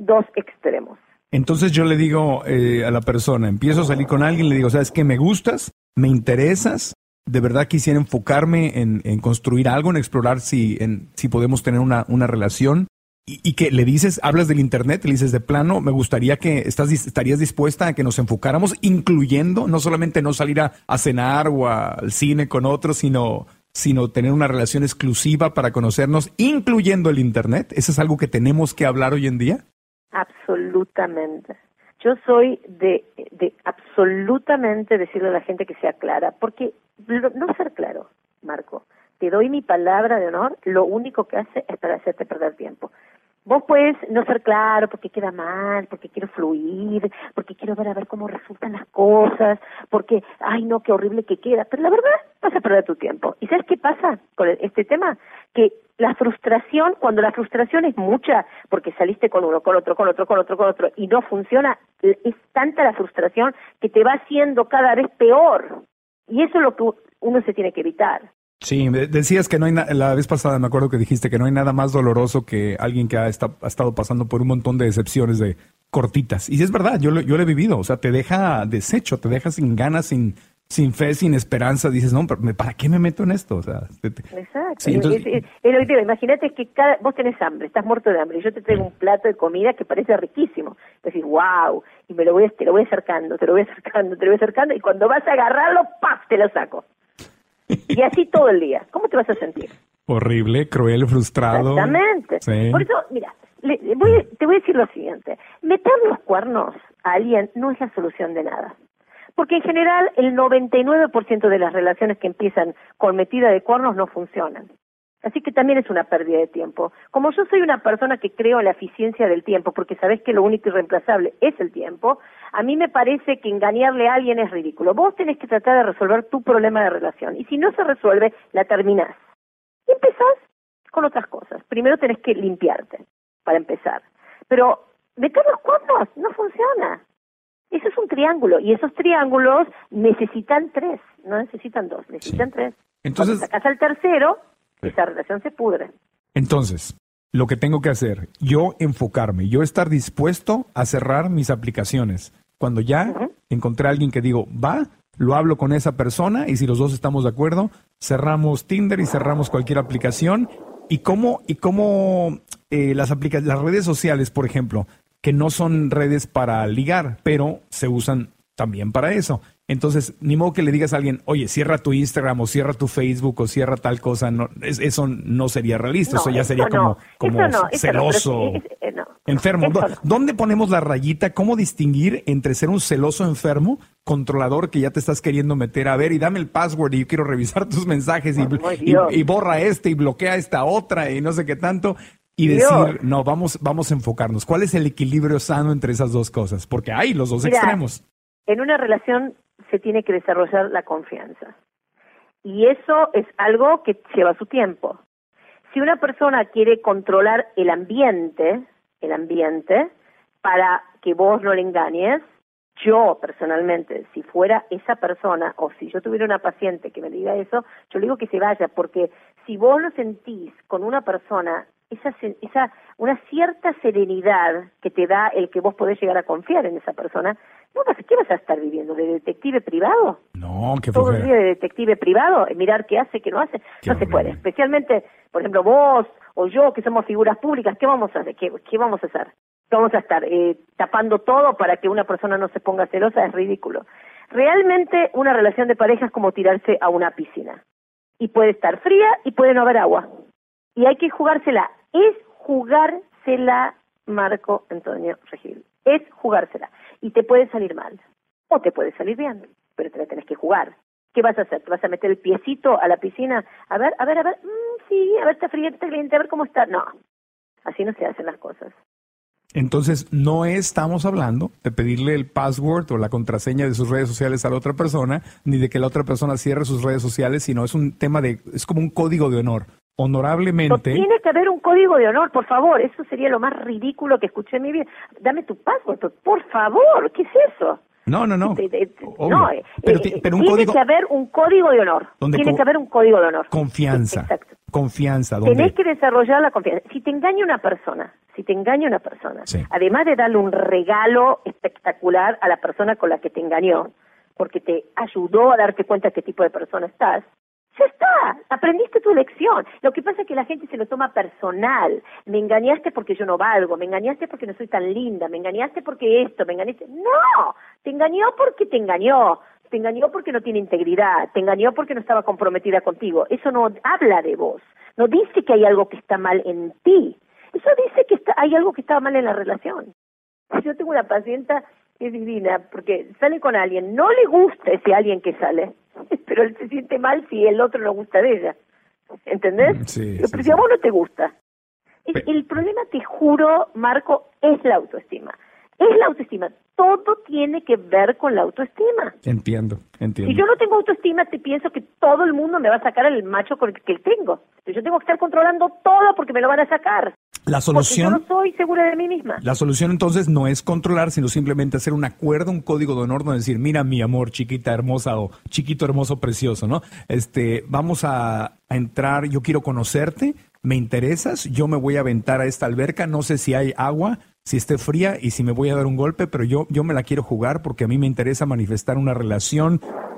Entonces yo le digo a la persona, empiezo a salir con alguien, le digo, ¿sabes qué? Me gustas, me interesas, de verdad quisiera enfocarme en construir algo, en explorar si podemos tener una relación. Y que le dices, hablas del internet, le dices de plano, me gustaría que estarías dispuesta a que nos enfocáramos, incluyendo, no solamente no salir a cenar o al cine con otros, sino tener una relación exclusiva para conocernos, incluyendo el internet. ¿Eso es algo que tenemos que hablar hoy en día? Absolutamente. Yo soy de absolutamente decirle a la gente que sea clara, porque no ser claro, Marco, te doy mi palabra de honor, lo único que hace es para hacerte perder tiempo. Vos puedes no ser claro porque queda mal, porque quiero fluir, porque quiero ver a ver cómo resultan las cosas, porque, ay no, qué horrible que queda, pero la verdad vas a perder tu tiempo. ¿Y sabes qué pasa con este tema? Que la frustración, cuando la frustración es mucha, porque saliste con uno, con otro, y no funciona, es tanta la frustración que te va haciendo cada vez peor. Y eso es lo que uno se tiene que evitar. Sí, decías que no hay la vez pasada me acuerdo que dijiste que no hay nada más doloroso que alguien que ha estado pasando por un montón de decepciones de cortitas. Y es verdad, yo lo he vivido, o sea, te deja deshecho, te deja sin ganas, sin fe, sin esperanza. Dices, no, pero ¿para qué me meto en esto? O sea, exacto. Sí, entonces, imagínate que vos tenés hambre, estás muerto de hambre, y yo te traigo un plato de comida que parece riquísimo. Decís, wow, y te lo voy acercando, y cuando vas a agarrarlo, ¡paf!, te lo saco. Y así todo el día. ¿Cómo te vas a sentir? Horrible, cruel, frustrado. Exactamente. Sí. Por eso, mira, te voy a decir lo siguiente. Meter los cuernos a alguien no es la solución de nada. Porque en general el 99% de las relaciones que empiezan con metida de cuernos no funcionan. Así que también es una pérdida de tiempo. Como yo soy una persona que creo en la eficiencia del tiempo, porque sabés que lo único irreemplazable es el tiempo, a mí me parece que engañarle a alguien es ridículo. Vos tenés que tratar de resolver tu problema de relación. Y si no se resuelve, la terminás. Y empezás con otras cosas. Primero tenés que limpiarte, para empezar. Pero meter los cuernos no funciona. Eso es un triángulo. Y esos triángulos necesitan 3, no necesitan 2, necesitan 3. Entonces, cuando sacás al tercero, esa relación se pudre. Entonces, lo que tengo que hacer, yo enfocarme, yo estar dispuesto a cerrar mis aplicaciones. Cuando ya encontré a alguien que digo, va, lo hablo con esa persona y si los dos estamos de acuerdo, cerramos Tinder y cerramos cualquier aplicación. ¿Y cómo las redes sociales, por ejemplo, que no son redes para ligar, pero se usan también para eso? Entonces, ni modo que le digas a alguien, oye, cierra tu Instagram o cierra tu Facebook o cierra tal cosa. No, eso no sería realista. No, eso ya sería como celoso, enfermo. ¿Dónde ponemos la rayita? ¿Cómo distinguir entre ser un celoso enfermo, controlador que ya te estás queriendo meter? A ver, y dame el password y yo quiero revisar tus mensajes y borra y bloquea esta otra y no sé qué tanto. Y decir, no, vamos a enfocarnos. ¿Cuál es el equilibrio sano entre esas dos cosas? Porque hay los dos extremos. En una relación se tiene que desarrollar la confianza. Y eso es algo que lleva su tiempo. Si una persona quiere controlar el ambiente, para que vos no le engañes, yo personalmente, si fuera esa persona o si yo tuviera una paciente que me diga eso, yo le digo que se vaya, porque si vos lo sentís con una persona, una cierta serenidad que te da el que vos podés llegar a confiar en esa persona, ¿qué vas a estar viviendo? ¿De detective privado? No, qué todo el día de detective privado, mirar qué hace, qué no hace. No se puede. Especialmente, por ejemplo, vos o yo, que somos figuras públicas, ¿qué vamos a hacer? ¿Qué vamos a hacer? Vamos a estar tapando todo para que una persona no se ponga celosa. Es ridículo. Realmente una relación de pareja es como tirarse a una piscina. Y puede estar fría y puede no haber agua. Y hay que jugársela. Es jugársela, Marco Antonio Regil. Es jugársela. Y te puede salir mal. O te puede salir bien. Pero te la tenés que jugar. ¿Qué vas a hacer? ¿Te vas a meter el piecito a la piscina? A ver. Sí, a ver, está fría, está caliente, a ver cómo está. No. Así no se hacen las cosas. Entonces, no estamos hablando de pedirle el password o la contraseña de sus redes sociales a la otra persona, ni de que la otra persona cierre sus redes sociales, sino es un tema es como un código de honor. Honorablemente. No tiene que haber un código de honor, por favor. Eso sería lo más ridículo que escuché en mi vida. Dame tu password, por favor. ¿Qué es eso? No. No, pero un tiene código. que haber un código de honor. Tiene que haber un código de honor. Confianza. Sí, exacto. Confianza. Tenés que desarrollar la confianza. Si te engaña una persona, sí, además de darle un regalo espectacular a la persona con la que te engañó, porque te ayudó a darte cuenta de qué tipo de persona estás, ya está, aprendiste tu lección. Lo que pasa es que la gente se lo toma personal. Me engañaste porque yo no valgo, me engañaste porque no soy tan linda, me engañaste porque esto, me engañaste. No, te engañó porque te engañó porque no tiene integridad, te engañó porque no estaba comprometida contigo. Eso no habla de vos, no dice que hay algo que está mal en ti, eso dice que hay algo que está mal en la relación. Yo tengo una paciente que es divina, porque sale con alguien, no le gusta ese alguien que sale, pero él se siente mal si el otro no gusta de ella. ¿Entendés? Sí, pero si a vos no te gusta. El problema, te juro, Marco, es la autoestima. Es la autoestima. Todo tiene que ver con la autoestima. Entiendo. Si yo no tengo autoestima, te pienso que todo el mundo me va a sacar el macho con el que tengo. Yo tengo que estar controlando todo porque me lo van a sacar. La solución, porque yo no soy segura de mí misma. La solución entonces no es controlar, sino simplemente hacer un acuerdo, un código de honor, donde decir, mira mi amor, chiquita hermosa o chiquito hermoso precioso, ¿no? Vamos a entrar, yo quiero conocerte, me interesas, yo me voy a aventar a esta alberca, no sé si hay agua, si esté fría y si me voy a dar un golpe, pero yo me la quiero jugar porque a mí me interesa manifestar una relación,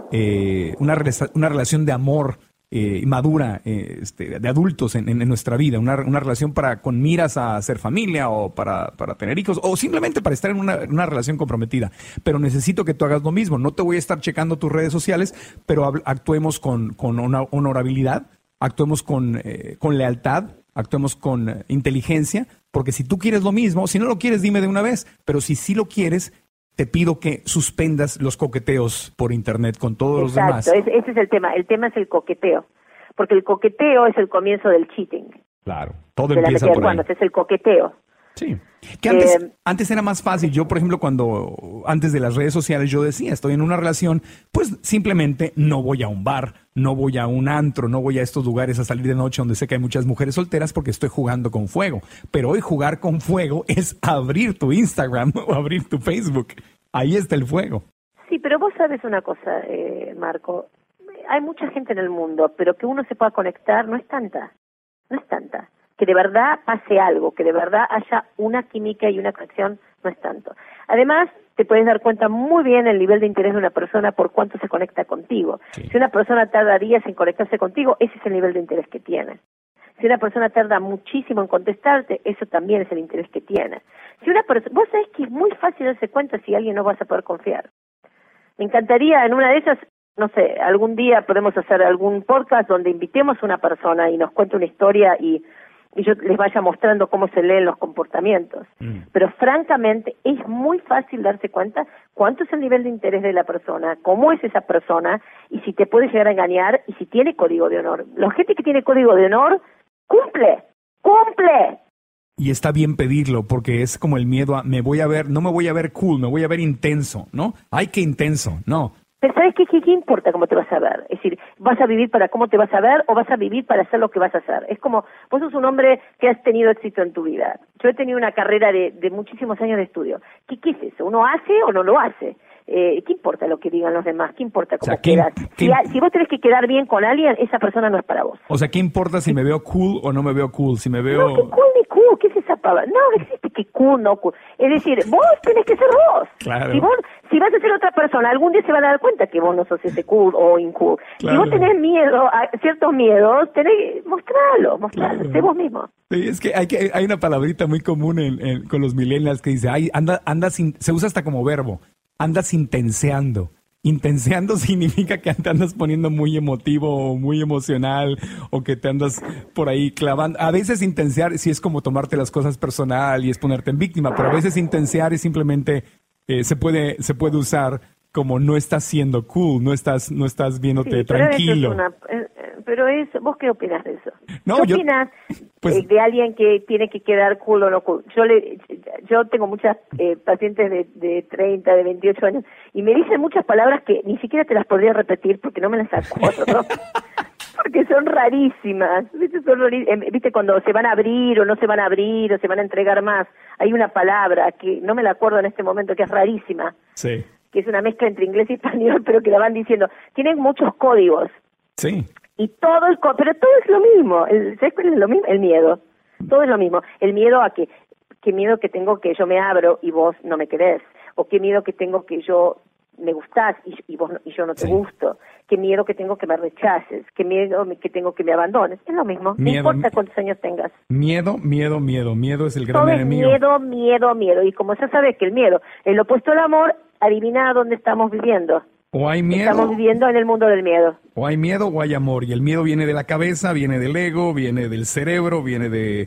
una relación de amor madura, de adultos en nuestra vida, una relación con miras a hacer familia o para tener hijos o simplemente para estar en una relación comprometida. Pero necesito que tú hagas lo mismo. No te voy a estar checando tus redes sociales, pero actuemos con honorabilidad, actuemos con lealtad, actuemos con inteligencia, porque si tú quieres lo mismo, si no lo quieres, dime de una vez, pero si sí lo quieres, te pido que suspendas los coqueteos por internet con todos los demás. Exacto, ese es el tema es el coqueteo, porque el coqueteo es el comienzo del cheating. Claro, todo empieza por ahí. Cuando es el coqueteo. Sí, que antes era más fácil. Yo, por ejemplo, antes de las redes sociales, yo decía, estoy en una relación, pues simplemente no voy a un bar, no voy a un antro, no voy a estos lugares a salir de noche donde sé que hay muchas mujeres solteras porque estoy jugando con fuego. Pero hoy jugar con fuego es abrir tu Instagram o abrir tu Facebook. Ahí está el fuego. Sí, pero vos sabes una cosa, Marco, hay mucha gente en el mundo, pero que uno se pueda conectar no es tanta. Que de verdad pase algo, que de verdad haya una química y una conexión, no es tanto. Además, te puedes dar cuenta muy bien el nivel de interés de una persona por cuánto se conecta contigo. Sí. Si una persona tarda días en conectarse contigo, ese es el nivel de interés que tiene. Si una persona tarda muchísimo en contestarte, eso también es el interés que tiene. Si una persona, vos sabés que es muy fácil darse cuenta si alguien no vas a poder confiar. Me encantaría, en una de esas, no sé, algún día podemos hacer algún podcast donde invitemos a una persona y nos cuente una historia y yo les vaya mostrando cómo se leen los comportamientos. Pero francamente es muy fácil darse cuenta cuánto es el nivel de interés de la persona, cómo es esa persona y si te puede llegar a engañar y si tiene código de honor. La gente que tiene código de honor cumple. Y está bien pedirlo porque es como el miedo a no me voy a ver cool, me voy a ver intenso, ¿no? ¡Ay, qué intenso! No. Pero ¿sabes qué importa cómo te vas a ver? Es decir, ¿vas a vivir para cómo te vas a ver o vas a vivir para hacer lo que vas a hacer? Es como, vos sos un hombre que has tenido éxito en tu vida. Yo he tenido una carrera de muchísimos años de estudio. ¿Qué es eso? ¿Uno hace o no lo hace? ¿Qué importa lo que digan los demás? ¿Qué importa cómo quedas? Si vos tenés que quedar bien con alguien, esa persona no es para vos. O sea, ¿qué importa si me veo cool o no me veo cool? Si me veo... No, ¿qué cool ni cool? ¿Qué es esa pava? No existe que cool, no cool. Es decir, vos tenés que ser vos. Claro. Si vas a ser otra persona, algún día se van a dar cuenta que vos no sos ese cool o incool. Claro. Si vos tenés miedo, ciertos miedos, mostralo, claro. Sé vos mismo. Sí, es que hay una palabrita muy común con los millennials que dice, se usa hasta como verbo, andas intenseando. Intenseando significa que te andas poniendo muy emotivo o muy emocional o que te andas por ahí clavando. A veces intensear sí es como tomarte las cosas personal y es ponerte en víctima, pero a veces intensear es simplemente se puede usar como no estás siendo cool, no estás viéndote Sí, tranquilo. Pero ¿vos qué opinas de eso? No, ¿Qué opinas pues, de alguien que tiene que quedar cool o no cool? Yo tengo muchas pacientes de 30, de 28 años y me dicen muchas palabras que ni siquiera te las podría repetir porque no me las acuerdo. Porque son rarísimas. ¿Viste cuando se van a abrir o no se van a abrir o se van a entregar más? Hay una palabra que no me la acuerdo en este momento que es rarísima. Sí. Que es una mezcla entre inglés y español, pero que la van diciendo. Tienen muchos códigos. Sí. Y pero todo es lo mismo. ¿Sabes cuál es lo mismo? El miedo. Todo es lo mismo. El miedo a qué miedo que tengo que yo me abro y vos no me querés. O qué miedo que tengo que yo me gustás y vos y yo no te gusto. Qué miedo que tengo que me rechaces. Qué miedo que tengo que me abandones. Es lo mismo. Miedo, no importa cuántos años tengas. Miedo es el gran todo enemigo. Es miedo. Y como ya sabes que el miedo es lo opuesto al amor, adivina dónde estamos viviendo. O hay miedo. Estamos viviendo en el mundo del miedo. O hay miedo o hay amor. Y el miedo viene de la cabeza, viene del ego, viene del cerebro, viene de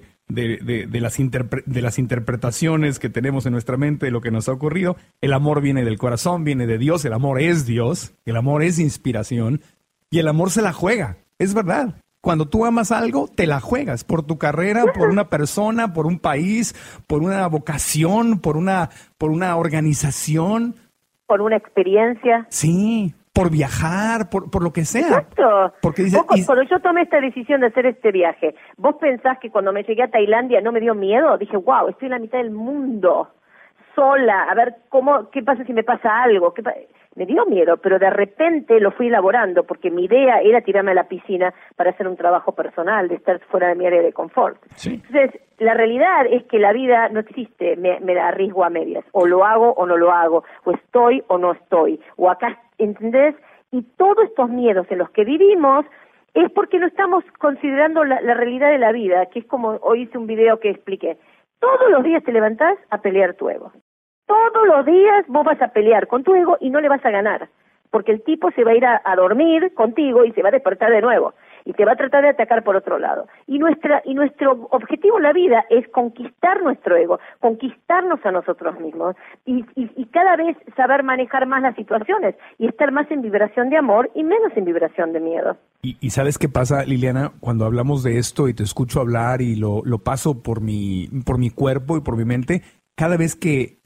las interpretaciones que tenemos en nuestra mente de lo que nos ha ocurrido. El amor viene del corazón, viene de Dios. El amor es Dios. El amor es inspiración. Y el amor se la juega. Es verdad. Cuando tú amas algo, te la juegas por tu carrera, por una persona, por un país, por una vocación, por una organización. Por una experiencia. Sí, por viajar, por lo que sea. Exacto. Porque dices, cuando yo tomé esta decisión de hacer este viaje, ¿vos pensás que cuando me llegué a Tailandia no me dio miedo? Dije, wow, estoy en la mitad del mundo, sola, a ver qué pasa si me pasa algo. Me dio miedo, pero de repente lo fui elaborando, porque mi idea era tirarme a la piscina para hacer un trabajo personal, de estar fuera de mi área de confort. Sí. Entonces, la realidad es que la vida no existe, me la arriesgo a medias, o lo hago o no lo hago, o estoy o no estoy, o acá, ¿entendés? Y todos estos miedos en los que vivimos es porque no estamos considerando la realidad de la vida, que es como hoy hice un video que expliqué. Todos los días te levantás a pelear tu ego. Todos los días vos vas a pelear con tu ego y no le vas a ganar, porque el tipo se va a ir a dormir contigo y se va a despertar de nuevo y te va a tratar de atacar por otro lado. Y nuestro objetivo en la vida es conquistar nuestro ego, conquistarnos a nosotros mismos y cada vez saber manejar más las situaciones y estar más en vibración de amor y menos en vibración de miedo. Y ¿sabes qué pasa, Liliana? Cuando hablamos de esto y te escucho hablar y lo paso por mi cuerpo y por mi mente, cada vez que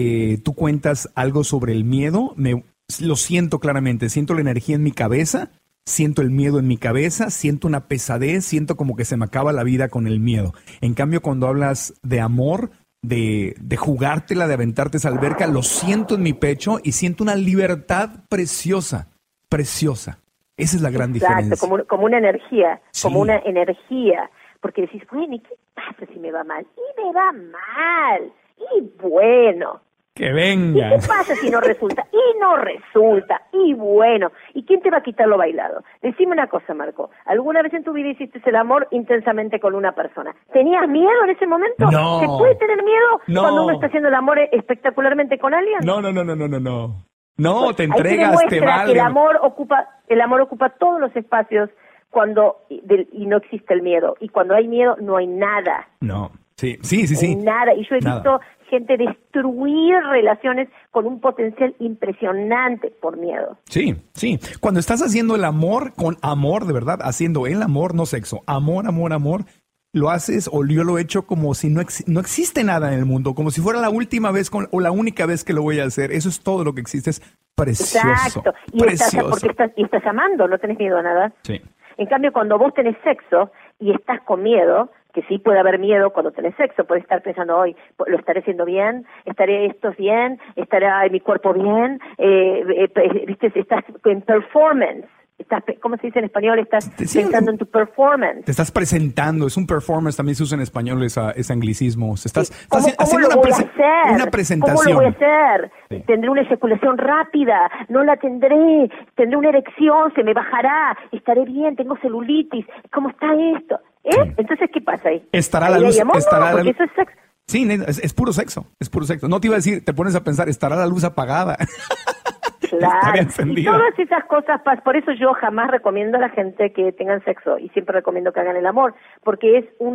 tú cuentas algo sobre el miedo, lo siento claramente, siento la energía en mi cabeza, siento el miedo en mi cabeza, siento una pesadez, siento como que se me acaba la vida con el miedo. En cambio, cuando hablas de amor, de jugártela, de aventarte esa alberca, lo siento en mi pecho y siento una libertad preciosa, preciosa. Esa es la gran diferencia. Exacto, como una energía, Sí. como una energía, porque decís, bueno, ¿y qué pasa si me va mal? Y me va mal. Y bueno. ¡Que ¿Y venga! qué pasa si no resulta? Y no resulta. Y bueno. ¿Y quién te va a quitar lo bailado? Decime una cosa, Marco. ¿Alguna vez en tu vida hiciste el amor intensamente con una persona? ¿Tenías miedo en ese momento? No. ¿Se puede tener miedo No. cuando uno está haciendo el amor espectacularmente con alguien? No. No, te Ahí entregas, se te demuestra vale. que el amor ocupa todos los espacios y no existe el miedo. Y cuando hay miedo, no hay nada. No, sí. Nada. Y yo he Nada. visto gente destruir relaciones con un potencial impresionante por miedo. Sí. Cuando estás haciendo el amor con amor, de verdad, haciendo el amor, no sexo, amor, lo haces, o yo lo he hecho como si no existe nada en el mundo, como si fuera la última vez o la única vez que lo voy a hacer. Eso es todo lo que existe, es precioso. Exacto. Y estás amando, no tenés miedo a nada. Sí. En cambio, cuando vos tenés sexo y estás con miedo, que sí puede haber miedo cuando tenés sexo, puedes estar pensando, hoy lo estaré haciendo bien, estaré esto bien, estará mi cuerpo bien, viste, estás en performance. ¿Cómo se dice en español? Estás pensando en tu performance. Te estás presentando, es un performance, también se usa en español ese anglicismo. Estás ¿Cómo haciendo lo voy a hacer? una presentación. ¿Cómo lo voy a hacer? Sí. Tendré una eyaculación rápida, no la tendré una erección, se me bajará, estaré bien, tengo celulitis, ¿cómo está esto? Sí. Entonces, ¿qué pasa ahí? Estará la ¿Ahí luz, hay amor? estará No, la porque luz. eso es sexo. Sí, es puro sexo, es puro sexo. No te iba a decir, te pones a pensar, estará la luz apagada. Claro, y encendida. todas esas cosas, por eso yo jamás recomiendo a la gente que tengan sexo y siempre recomiendo que hagan el amor, porque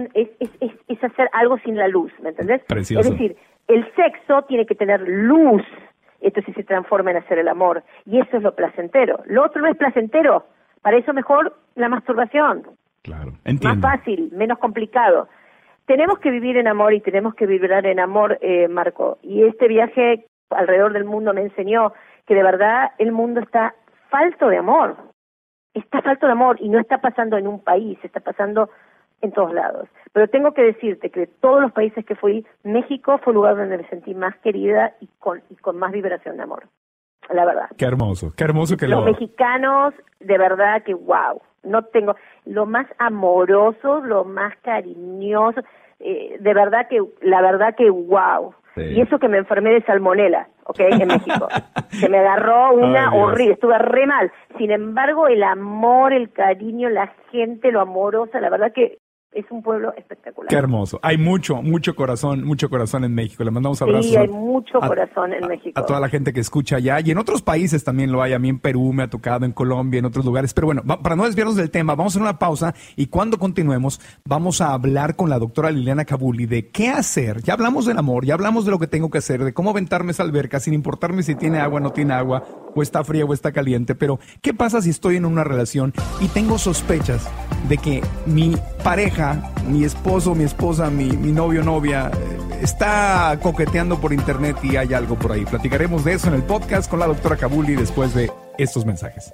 es hacer algo sin la luz, ¿me entendés? Precioso. Es decir, el sexo tiene que tener luz, entonces se transforma en hacer el amor, y eso es lo placentero. Lo otro no es placentero, para eso mejor la masturbación. Claro, entiendo. Más fácil, menos complicado. Tenemos que vivir en amor y tenemos que vibrar en amor, Marco. Y este viaje alrededor del mundo me enseñó que de verdad el mundo está falto de amor. Está falto de amor y no está pasando en un país, está pasando en todos lados. Pero tengo que decirte que de todos los países que fui, México fue el lugar donde me sentí más querida y con más vibración de amor. La verdad. Qué hermoso que los mexicanos, de verdad que wow. No tengo lo más amoroso, lo más cariñoso, de verdad que, la verdad que wow. Sí. Y eso que me enfermé de salmonela, ¿ok? En México. Se me agarró una horrible, estuve re mal. Sin embargo, el amor, el cariño, la gente, lo amorosa, la verdad que es un pueblo espectacular. Qué hermoso. Hay mucho corazón en México. Le mandamos abrazos. Sí, hay mucho corazón en México. A toda la gente que escucha allá. Y en otros países también lo hay. A mí en Perú me ha tocado, en Colombia, en otros lugares. Pero bueno, para no desviarnos del tema, vamos a hacer una pausa y cuando continuemos vamos a hablar con la doctora Liliana Kabuli de qué hacer. Ya hablamos del amor, ya hablamos de lo que tengo que hacer, de cómo aventarme esa alberca sin importarme si tiene agua o no tiene agua, o está fría o está caliente. Pero, ¿qué pasa si estoy en una relación y tengo sospechas de que mi pareja, mi esposo, mi esposa, mi novio, novia, está coqueteando por internet y hay algo por ahí? Platicaremos de eso en el podcast con la doctora Kabuli después de estos mensajes.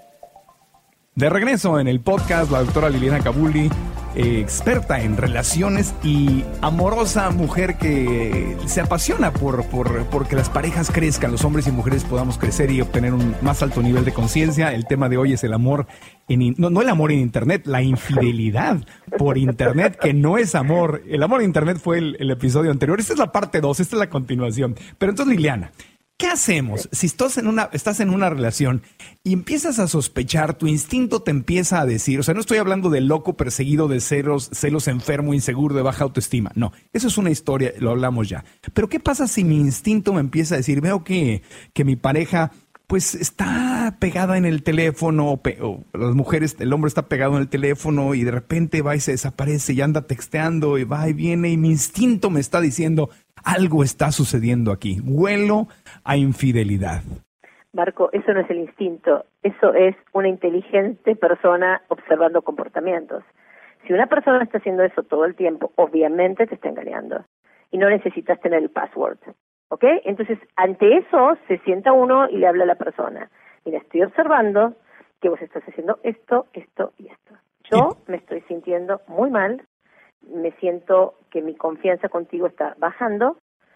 De regreso en el podcast, la doctora Liliana Kabuli, experta en relaciones y amorosa mujer que se apasiona por que las parejas crezcan, los hombres y mujeres podamos crecer y obtener un más alto nivel de conciencia. El tema de hoy es el amor, no el amor en internet, la infidelidad por internet, que no es amor. El amor en internet fue el episodio anterior. Esta es la parte 2, esta es la continuación. Pero entonces, Liliana, ¿qué hacemos si estás en una relación y empiezas a sospechar, tu instinto te empieza a decir, o sea, no estoy hablando de loco perseguido de celos enfermo, inseguro, de baja autoestima, no, eso es una historia, lo hablamos ya. Pero ¿qué pasa si mi instinto me empieza a decir, veo que mi pareja pues está pegada en el teléfono, o las mujeres, el hombre está pegado en el teléfono y de repente va y se desaparece y anda texteando y va y viene y mi instinto me está diciendo, algo está sucediendo aquí, huelo a infidelidad? Marco, eso no es el instinto, eso es una inteligente persona observando comportamientos. Si una persona está haciendo eso todo el tiempo, obviamente te está engañando y no necesitas tener el password, ¿ok? Entonces, ante eso se sienta uno y le habla a la persona. Mira, estoy observando que vos estás haciendo esto, esto y esto. Yo me estoy sintiendo muy mal, me siento que mi confianza contigo está bajando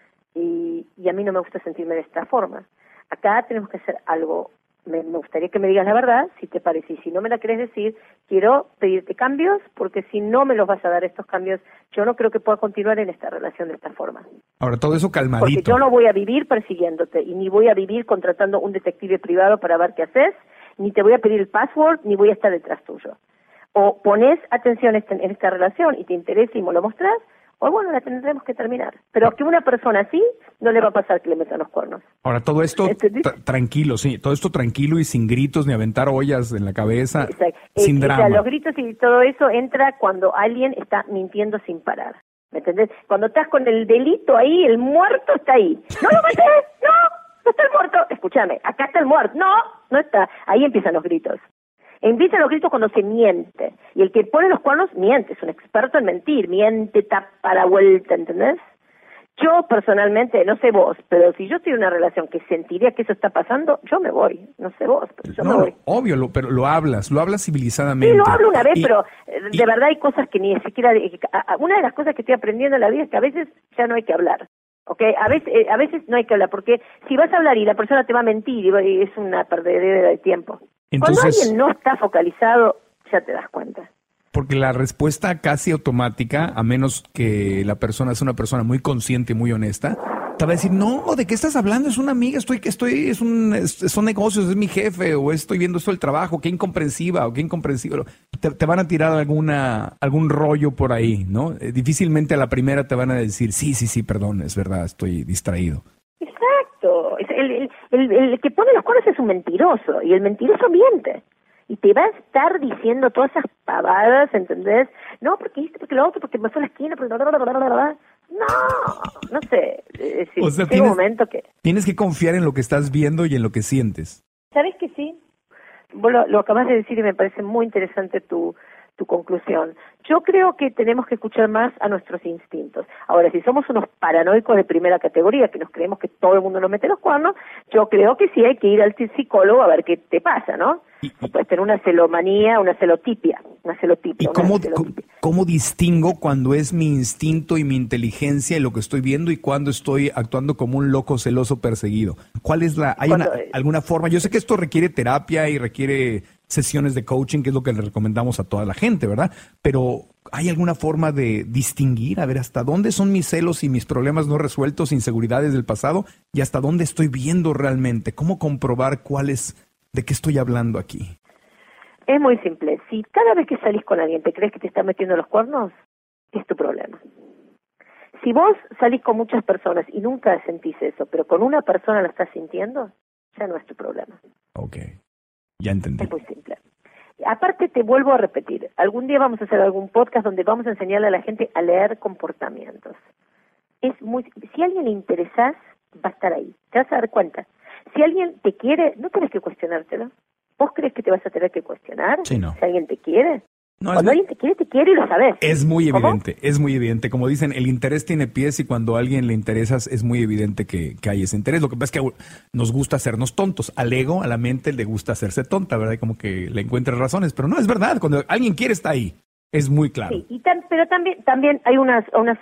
y a mí no me gusta sentirme de esta forma. Acá tenemos que hacer algo. Me gustaría que me digas la verdad, si te parece, y si no me la querés decir, quiero pedirte cambios, porque si no me los vas a dar estos cambios, yo no creo que pueda continuar en esta relación de esta forma. Ahora, todo eso calmadito. Porque yo no voy a vivir persiguiéndote, y ni voy a vivir contratando un detective privado para ver qué haces, ni te voy a pedir el password, ni voy a estar detrás tuyo. O pones atención en esta relación y te interesa y me lo mostrás, o bueno, la tendremos que terminar. Pero que una persona así no le va a pasar que le metan los cuernos. Ahora, todo esto tranquilo, sí, todo esto tranquilo y sin gritos ni aventar ollas en la cabeza. Exacto. Sin drama. O sea, los gritos y todo eso entra cuando alguien está mintiendo sin parar. ¿Me entendés? Cuando estás con el delito ahí, el muerto está ahí. ¡No lo maté! ¡No está el muerto! Escúchame, acá está el muerto. No está. Ahí empiezan los gritos. Empiezan los gritos cuando se miente. Y el que pone los cuernos miente, es un experto en mentir. Miente, tapa la vuelta, ¿entendés? Yo personalmente, no sé vos, pero si yo estoy en una relación que sentiría que eso está pasando, yo me voy. No sé vos, pero yo me voy. Obvio, pero lo hablas civilizadamente. Sí, lo hablo una vez, pero de verdad hay cosas que ni siquiera... Una de las cosas que estoy aprendiendo en la vida es que a veces ya no hay que hablar. Okay, a veces no hay que hablar, porque si vas a hablar y la persona te va a mentir, es una perdedera de tiempo. Entonces, cuando alguien no está focalizado, ya te das cuenta. Porque la respuesta casi automática, a menos que la persona sea una persona muy consciente y muy honesta, te va a decir, no, ¿de qué estás hablando? Es una amiga, son negocios, es mi jefe, o estoy viendo esto del trabajo, qué incomprensiva, o qué incomprensivo. Te van a tirar algún rollo por ahí, ¿no? Difícilmente a la primera te van a decir, sí, perdón, es verdad, estoy distraído. Exacto. El que pone los cuernos es un mentiroso, y el mentiroso miente. Y te va a estar diciendo todas esas pavadas, ¿entendés? No, porque esto, porque lo otro, porque me fue a la esquina, porque... No sé. O sea, un momento que... tienes que confiar en lo que estás viendo y en lo que sientes. ¿Sabes que sí? Vos lo acabas de decir y me parece muy interesante tu conclusión. Yo creo que tenemos que escuchar más a nuestros instintos. Ahora, si somos unos paranoicos de primera categoría, que nos creemos que todo el mundo nos mete los cuernos, yo creo que sí hay que ir al psicólogo a ver qué te pasa, ¿no? Puedes tener una celomanía, una celotipia. ¿Y cómo distingo cuando es mi instinto y mi inteligencia y lo que estoy viendo y cuando estoy actuando como un loco celoso perseguido? ¿Cuál es alguna forma? Yo sé que esto requiere terapia y requiere sesiones de coaching, que es lo que le recomendamos a toda la gente, ¿verdad? Pero ¿hay alguna forma de distinguir, a ver, hasta dónde son mis celos y mis problemas no resueltos, inseguridades del pasado, y hasta dónde estoy viendo realmente? ¿Cómo comprobar de qué estoy hablando aquí? Es muy simple. Si cada vez que salís con alguien te crees que te está metiendo los cuernos, es tu problema. Si vos salís con muchas personas y nunca sentís eso, pero con una persona lo estás sintiendo, ya no es tu problema. Ok, ya entendí. Es muy simple. Aparte, te vuelvo a repetir, algún día vamos a hacer algún podcast donde vamos a enseñarle a la gente a leer comportamientos. Si a alguien le interesás, va a estar ahí, te vas a dar cuenta. Si alguien te quiere, no tenés que cuestionártelo. ¿Vos crees que te vas a tener que cuestionar? Sí, no. Si alguien te quiere. No, cuando alguien te quiere y lo sabes. Es muy evidente, es muy evidente. Como dicen, el interés tiene pies y cuando a alguien le interesas es muy evidente que hay ese interés. Lo que pasa es que nos gusta hacernos tontos. Al ego, a la mente le gusta hacerse tonta, ¿verdad? Como que le encuentre razones, pero no, es verdad. Cuando alguien quiere está ahí. Es muy claro. Sí, pero también hay una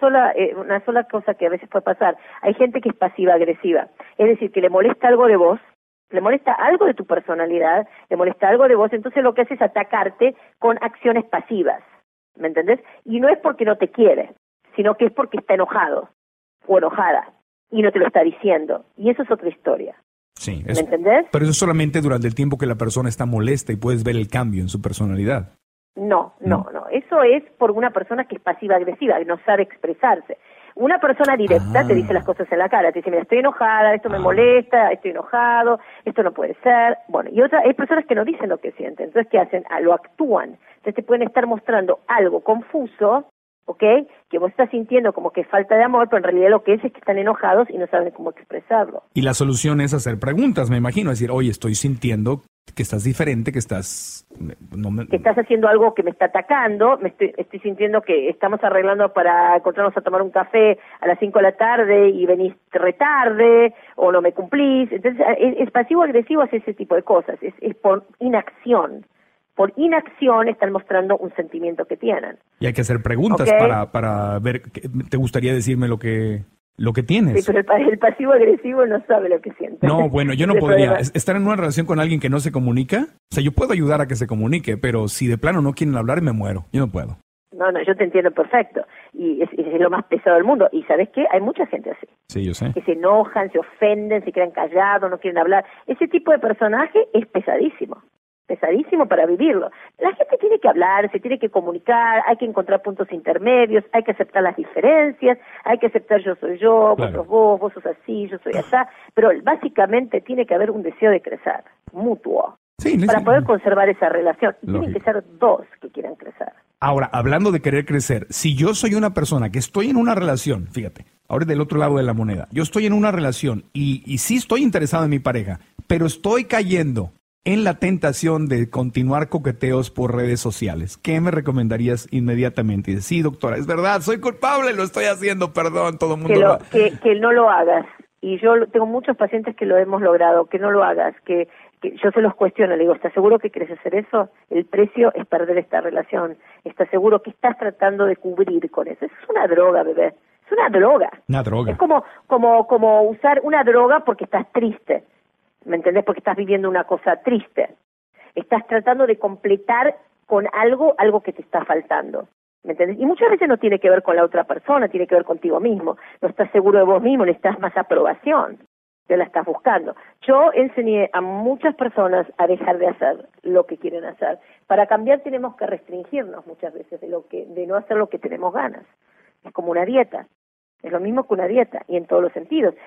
sola cosa que a veces puede pasar. Hay gente que es pasiva-agresiva. Es decir, que le molesta algo de vos, le molesta algo de tu personalidad, le molesta algo de vos, entonces lo que hace es atacarte con acciones pasivas, ¿me entendés? Y no es porque no te quiere, sino que es porque está enojado o enojada y no te lo está diciendo. Y eso es otra historia. Sí, ¿Me entendés? Pero eso es solamente durante el tiempo que la persona está molesta y puedes ver el cambio en su personalidad. No. Eso es por una persona que es pasiva-agresiva, que no sabe expresarse. Una persona directa te dice las cosas en la cara, te dice, mira, estoy enojada, esto me molesta, estoy enojado, esto no puede ser. Bueno, y hay personas que no dicen lo que sienten, entonces, ¿qué hacen? Lo actúan. Entonces te pueden estar mostrando algo confuso, ¿ok? Que vos estás sintiendo como que falta de amor, pero en realidad lo que es que están enojados y no saben cómo expresarlo. Y la solución es hacer preguntas, me imagino, decir, oye, estoy sintiendo que estás diferente, que estás... que estás haciendo algo que me está atacando, estoy sintiendo que estamos arreglando para encontrarnos a tomar un café a las 5 de la tarde y venís retarde o no me cumplís. Entonces, es pasivo-agresivo hacer ese tipo de cosas, es por inacción. Por inacción están mostrando un sentimiento que tienen. Y hay que hacer preguntas para ver, ¿te gustaría decirme lo que tienes? Sí, pero el pasivo-agresivo no sabe lo que siente. No, bueno, yo no podría. Estar en una relación con alguien que no se comunica, o sea, yo puedo ayudar a que se comunique, pero si de plano no quieren hablar, me muero. Yo no puedo. No, yo te entiendo perfecto. Y es lo más pesado del mundo. Y ¿sabes qué? Hay mucha gente así. Sí, yo sé. Que se enojan, se ofenden, se quedan callados, no quieren hablar. Ese tipo de personaje es pesadísimo. Pesadísimo para vivirlo. La gente tiene que hablar, se tiene que comunicar, hay que encontrar puntos intermedios, hay que aceptar las diferencias, hay que aceptar yo soy yo, claro. vos sos así, yo soy allá, pero básicamente tiene que haber un deseo de crecer, mutuo, para poder conservar esa relación. Y tienen que ser dos que quieran crecer. Ahora, hablando de querer crecer, si yo soy una persona que estoy en una relación, fíjate, ahora del otro lado de la moneda, yo estoy en una relación y sí estoy interesado en mi pareja, pero estoy cayendo en la tentación de continuar coqueteos por redes sociales, ¿qué me recomendarías inmediatamente? Y decir, sí, doctora, es verdad, soy culpable, lo estoy haciendo, perdón, todo el mundo que no lo hagas. Y yo tengo muchos pacientes que lo hemos logrado, que no lo hagas, que yo se los cuestiono, le digo, ¿estás seguro que quieres hacer eso? El precio es perder esta relación. ¿Estás seguro que estás tratando de cubrir con eso? Es una droga, bebé, es una droga. Una droga. Es como usar una droga porque estás triste. ¿Me entendés? Porque estás viviendo una cosa triste. Estás tratando de completar con algo que te está faltando. ¿Me entendés? Y muchas veces no tiene que ver con la otra persona, tiene que ver contigo mismo. No estás seguro de vos mismo, necesitas más aprobación. Te la estás buscando. Yo enseñé a muchas personas a dejar de hacer lo que quieren hacer. Para cambiar tenemos que restringirnos muchas veces de no hacer lo que tenemos ganas. Es como una dieta. Es lo mismo que una dieta, y en todos los sentidos.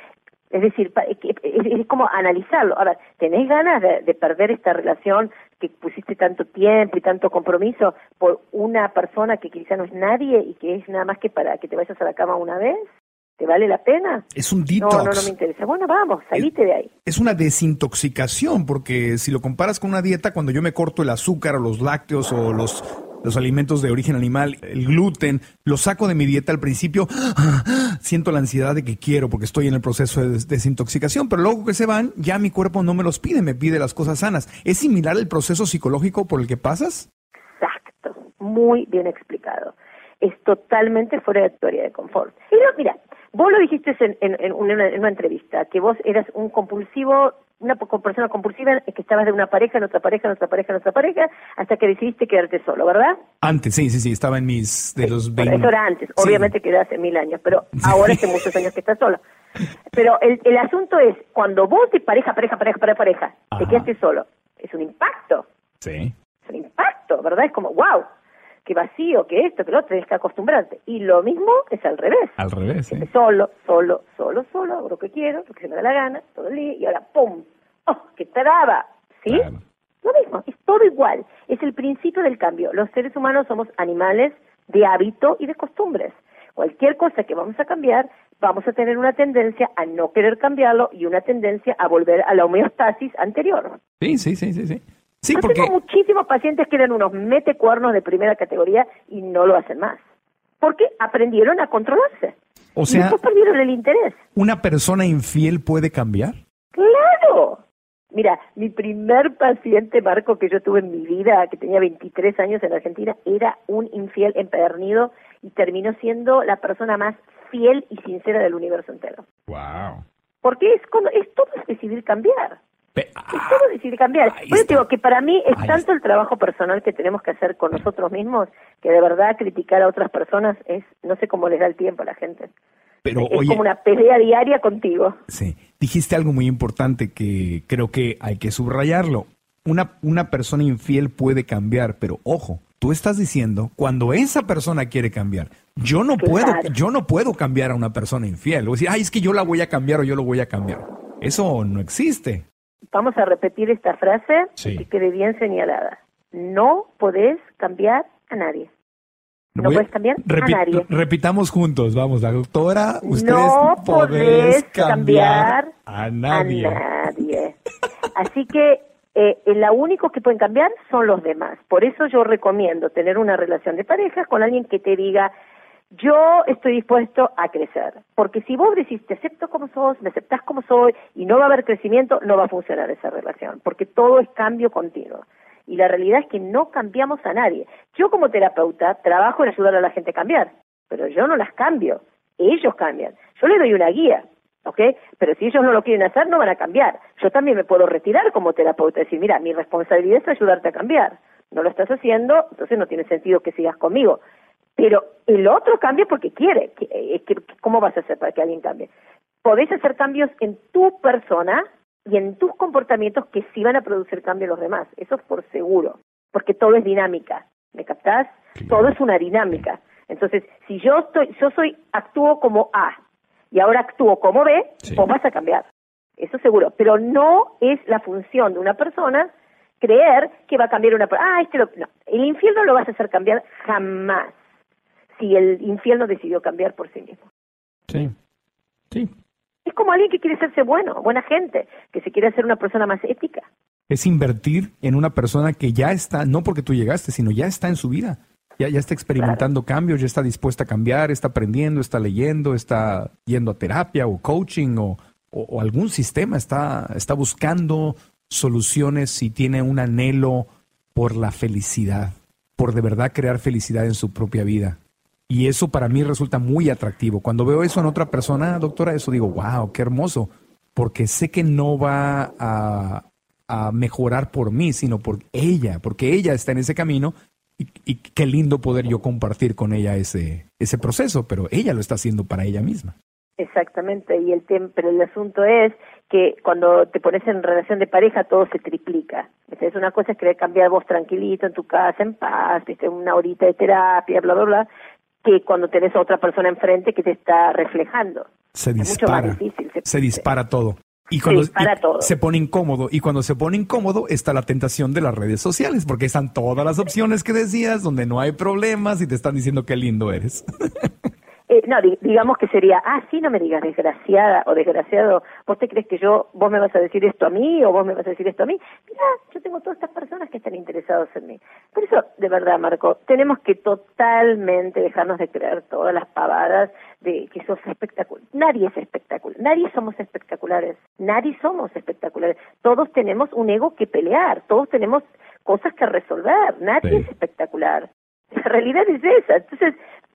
Es decir, es como analizarlo. Ahora, ¿tenés ganas de perder esta relación que pusiste tanto tiempo y tanto compromiso por una persona que quizá no es nadie y que es nada más que para que te vayas a la cama una vez? ¿Te vale la pena? Es un detox. No me interesa. Bueno, vamos, salite de ahí. Es una desintoxicación, porque si lo comparas con una dieta, cuando yo me corto el azúcar o los lácteos o los alimentos de origen animal, el gluten, lo saco de mi dieta al principio, siento la ansiedad de que quiero porque estoy en el proceso de desintoxicación, pero luego que se van, ya mi cuerpo no me los pide, me pide las cosas sanas. ¿Es similar el proceso psicológico por el que pasas? Exacto, muy bien explicado. Es totalmente fuera de tu área de confort. Y no, mira, vos lo dijiste en una entrevista, que vos eras un compulsivo, una persona compulsiva, que estabas de una pareja en otra pareja, en otra pareja, en otra pareja, hasta que decidiste quedarte solo, ¿verdad? Antes, sí, estaba en los 20. Eso era antes, sí. Obviamente que era hace 1000 años, pero ahora hace muchos años que estás solo. Pero el asunto es, cuando vos de pareja, te quedaste solo, es un impacto. Sí. Es un impacto, ¿verdad? Es como, wow, qué vacío, que esto, que lo otro, tienes que acostumbrarte. Y lo mismo es al revés. Al revés, sí. Solo, hago lo que quiero, lo que se me da la gana, todo el día, y ahora, ¡pum! ¡Oh, qué traba! ¿Sí? Claro. Lo mismo, es todo igual. Es el principio del cambio. Los seres humanos somos animales de hábito y de costumbres. Cualquier cosa que vamos a cambiar, vamos a tener una tendencia a no querer cambiarlo y una tendencia a volver a la homeostasis anterior. Sí. Sí, Yo porque tengo muchísimos pacientes que eran unos metecuernos de primera categoría y no lo hacen más. Porque aprendieron a controlarse. O sea, y después perdieron el interés. ¿una persona infiel puede cambiar? ¡Claro! Mira, mi primer paciente, Marco, que yo tuve en mi vida, que tenía 23 años en Argentina, era un infiel empedernido y terminó siendo la persona más fiel y sincera del universo entero. Wow. Porque todo es decidir cambiar. Es todo decidir cambiar. Por eso digo que para mí es tanto el trabajo personal que tenemos que hacer con nosotros mismos, que de verdad criticar a otras personas es, no sé cómo les da el tiempo a la gente. Pero, es como una pelea diaria contigo. Sí, dijiste algo muy importante que creo que hay que subrayarlo. Una persona infiel puede cambiar, pero ojo, tú estás diciendo cuando esa persona quiere cambiar. Yo no puedo cambiar a una persona infiel. O decir, es que yo la voy a cambiar o yo lo voy a cambiar. Eso no existe. Vamos a repetir esta frase sí. Que quede bien señalada. No podés cambiar a nadie. No puedes cambiar a nadie. Repitamos juntos, vamos, la doctora, ustedes no podés cambiar a nadie. Así que lo único que pueden cambiar son los demás. Por eso yo recomiendo tener una relación de pareja con alguien que te diga, yo estoy dispuesto a crecer. Porque si vos decís, te acepto como sos, me aceptás como soy, y no va a haber crecimiento, no va a funcionar esa relación. Porque todo es cambio continuo. Y la realidad es que no cambiamos a nadie. Yo como terapeuta trabajo en ayudar a la gente a cambiar, pero yo no las cambio, ellos cambian. Yo les doy una guía, ¿ok? Pero si ellos no lo quieren hacer, no van a cambiar. Yo también me puedo retirar como terapeuta y decir, mira, mi responsabilidad es ayudarte a cambiar. No lo estás haciendo, entonces no tiene sentido que sigas conmigo. Pero el otro cambia porque quiere. ¿Cómo vas a hacer para que alguien cambie? Podés hacer cambios en tu persona y en tus comportamientos que sí van a producir cambio en los demás. Eso es por seguro, porque todo es dinámica. ¿Me captás? Claro. Todo es una dinámica. Entonces, si actúo como A y ahora actúo como B, sí. Vos vas a cambiar. Eso seguro. Pero no es la función de una persona creer que va a cambiar una persona. No. El infiel no lo vas a hacer cambiar jamás. Si el infiel no decidió cambiar por sí mismo. Sí. Es como alguien que quiere hacerse buena gente, que se quiere hacer una persona más ética. Es invertir en una persona que ya está, no porque tú llegaste, sino ya está en su vida. Ya está experimentando cambios, ya está dispuesta a cambiar, está aprendiendo, está leyendo, está yendo a terapia o coaching o algún sistema, está buscando soluciones y tiene un anhelo por la felicidad, por de verdad crear felicidad en su propia vida. Y eso para mí resulta muy atractivo. Cuando veo eso en otra persona, doctora, eso digo, wow, qué hermoso. Porque sé que no va a mejorar por mí, sino por ella. Porque ella está en ese camino y qué lindo poder yo compartir con ella ese proceso. Pero ella lo está haciendo para ella misma. Exactamente. Pero el asunto es que cuando te pones en relación de pareja todo se triplica. Entonces una cosa es querer cambiar vos tranquilito en tu casa, en paz, una horita de terapia, bla, bla, bla, que cuando tenés a otra persona enfrente que te está reflejando. Se Es mucho más dispara. difícil. Se dispara todo. Y cuando dispara todo. se pone incómodo. Y cuando se pone incómodo está la tentación de las redes sociales, porque están todas las opciones que decías, donde no hay problemas y te están diciendo qué lindo eres. No, digamos que sería, sí, no me digas desgraciada o desgraciado, ¿vos te crees que vos me vas a decir esto a mí o vos me vas a decir esto a mí? Mirá, yo tengo todas estas personas que están interesadas en mí. Por eso, de verdad, Marco, tenemos que totalmente dejarnos de creer todas las pavadas de que sos espectacular. Nadie es espectacular, nadie somos espectaculares, todos tenemos un ego que pelear, todos tenemos cosas que resolver, nadie es espectacular. La realidad es esa. Entonces,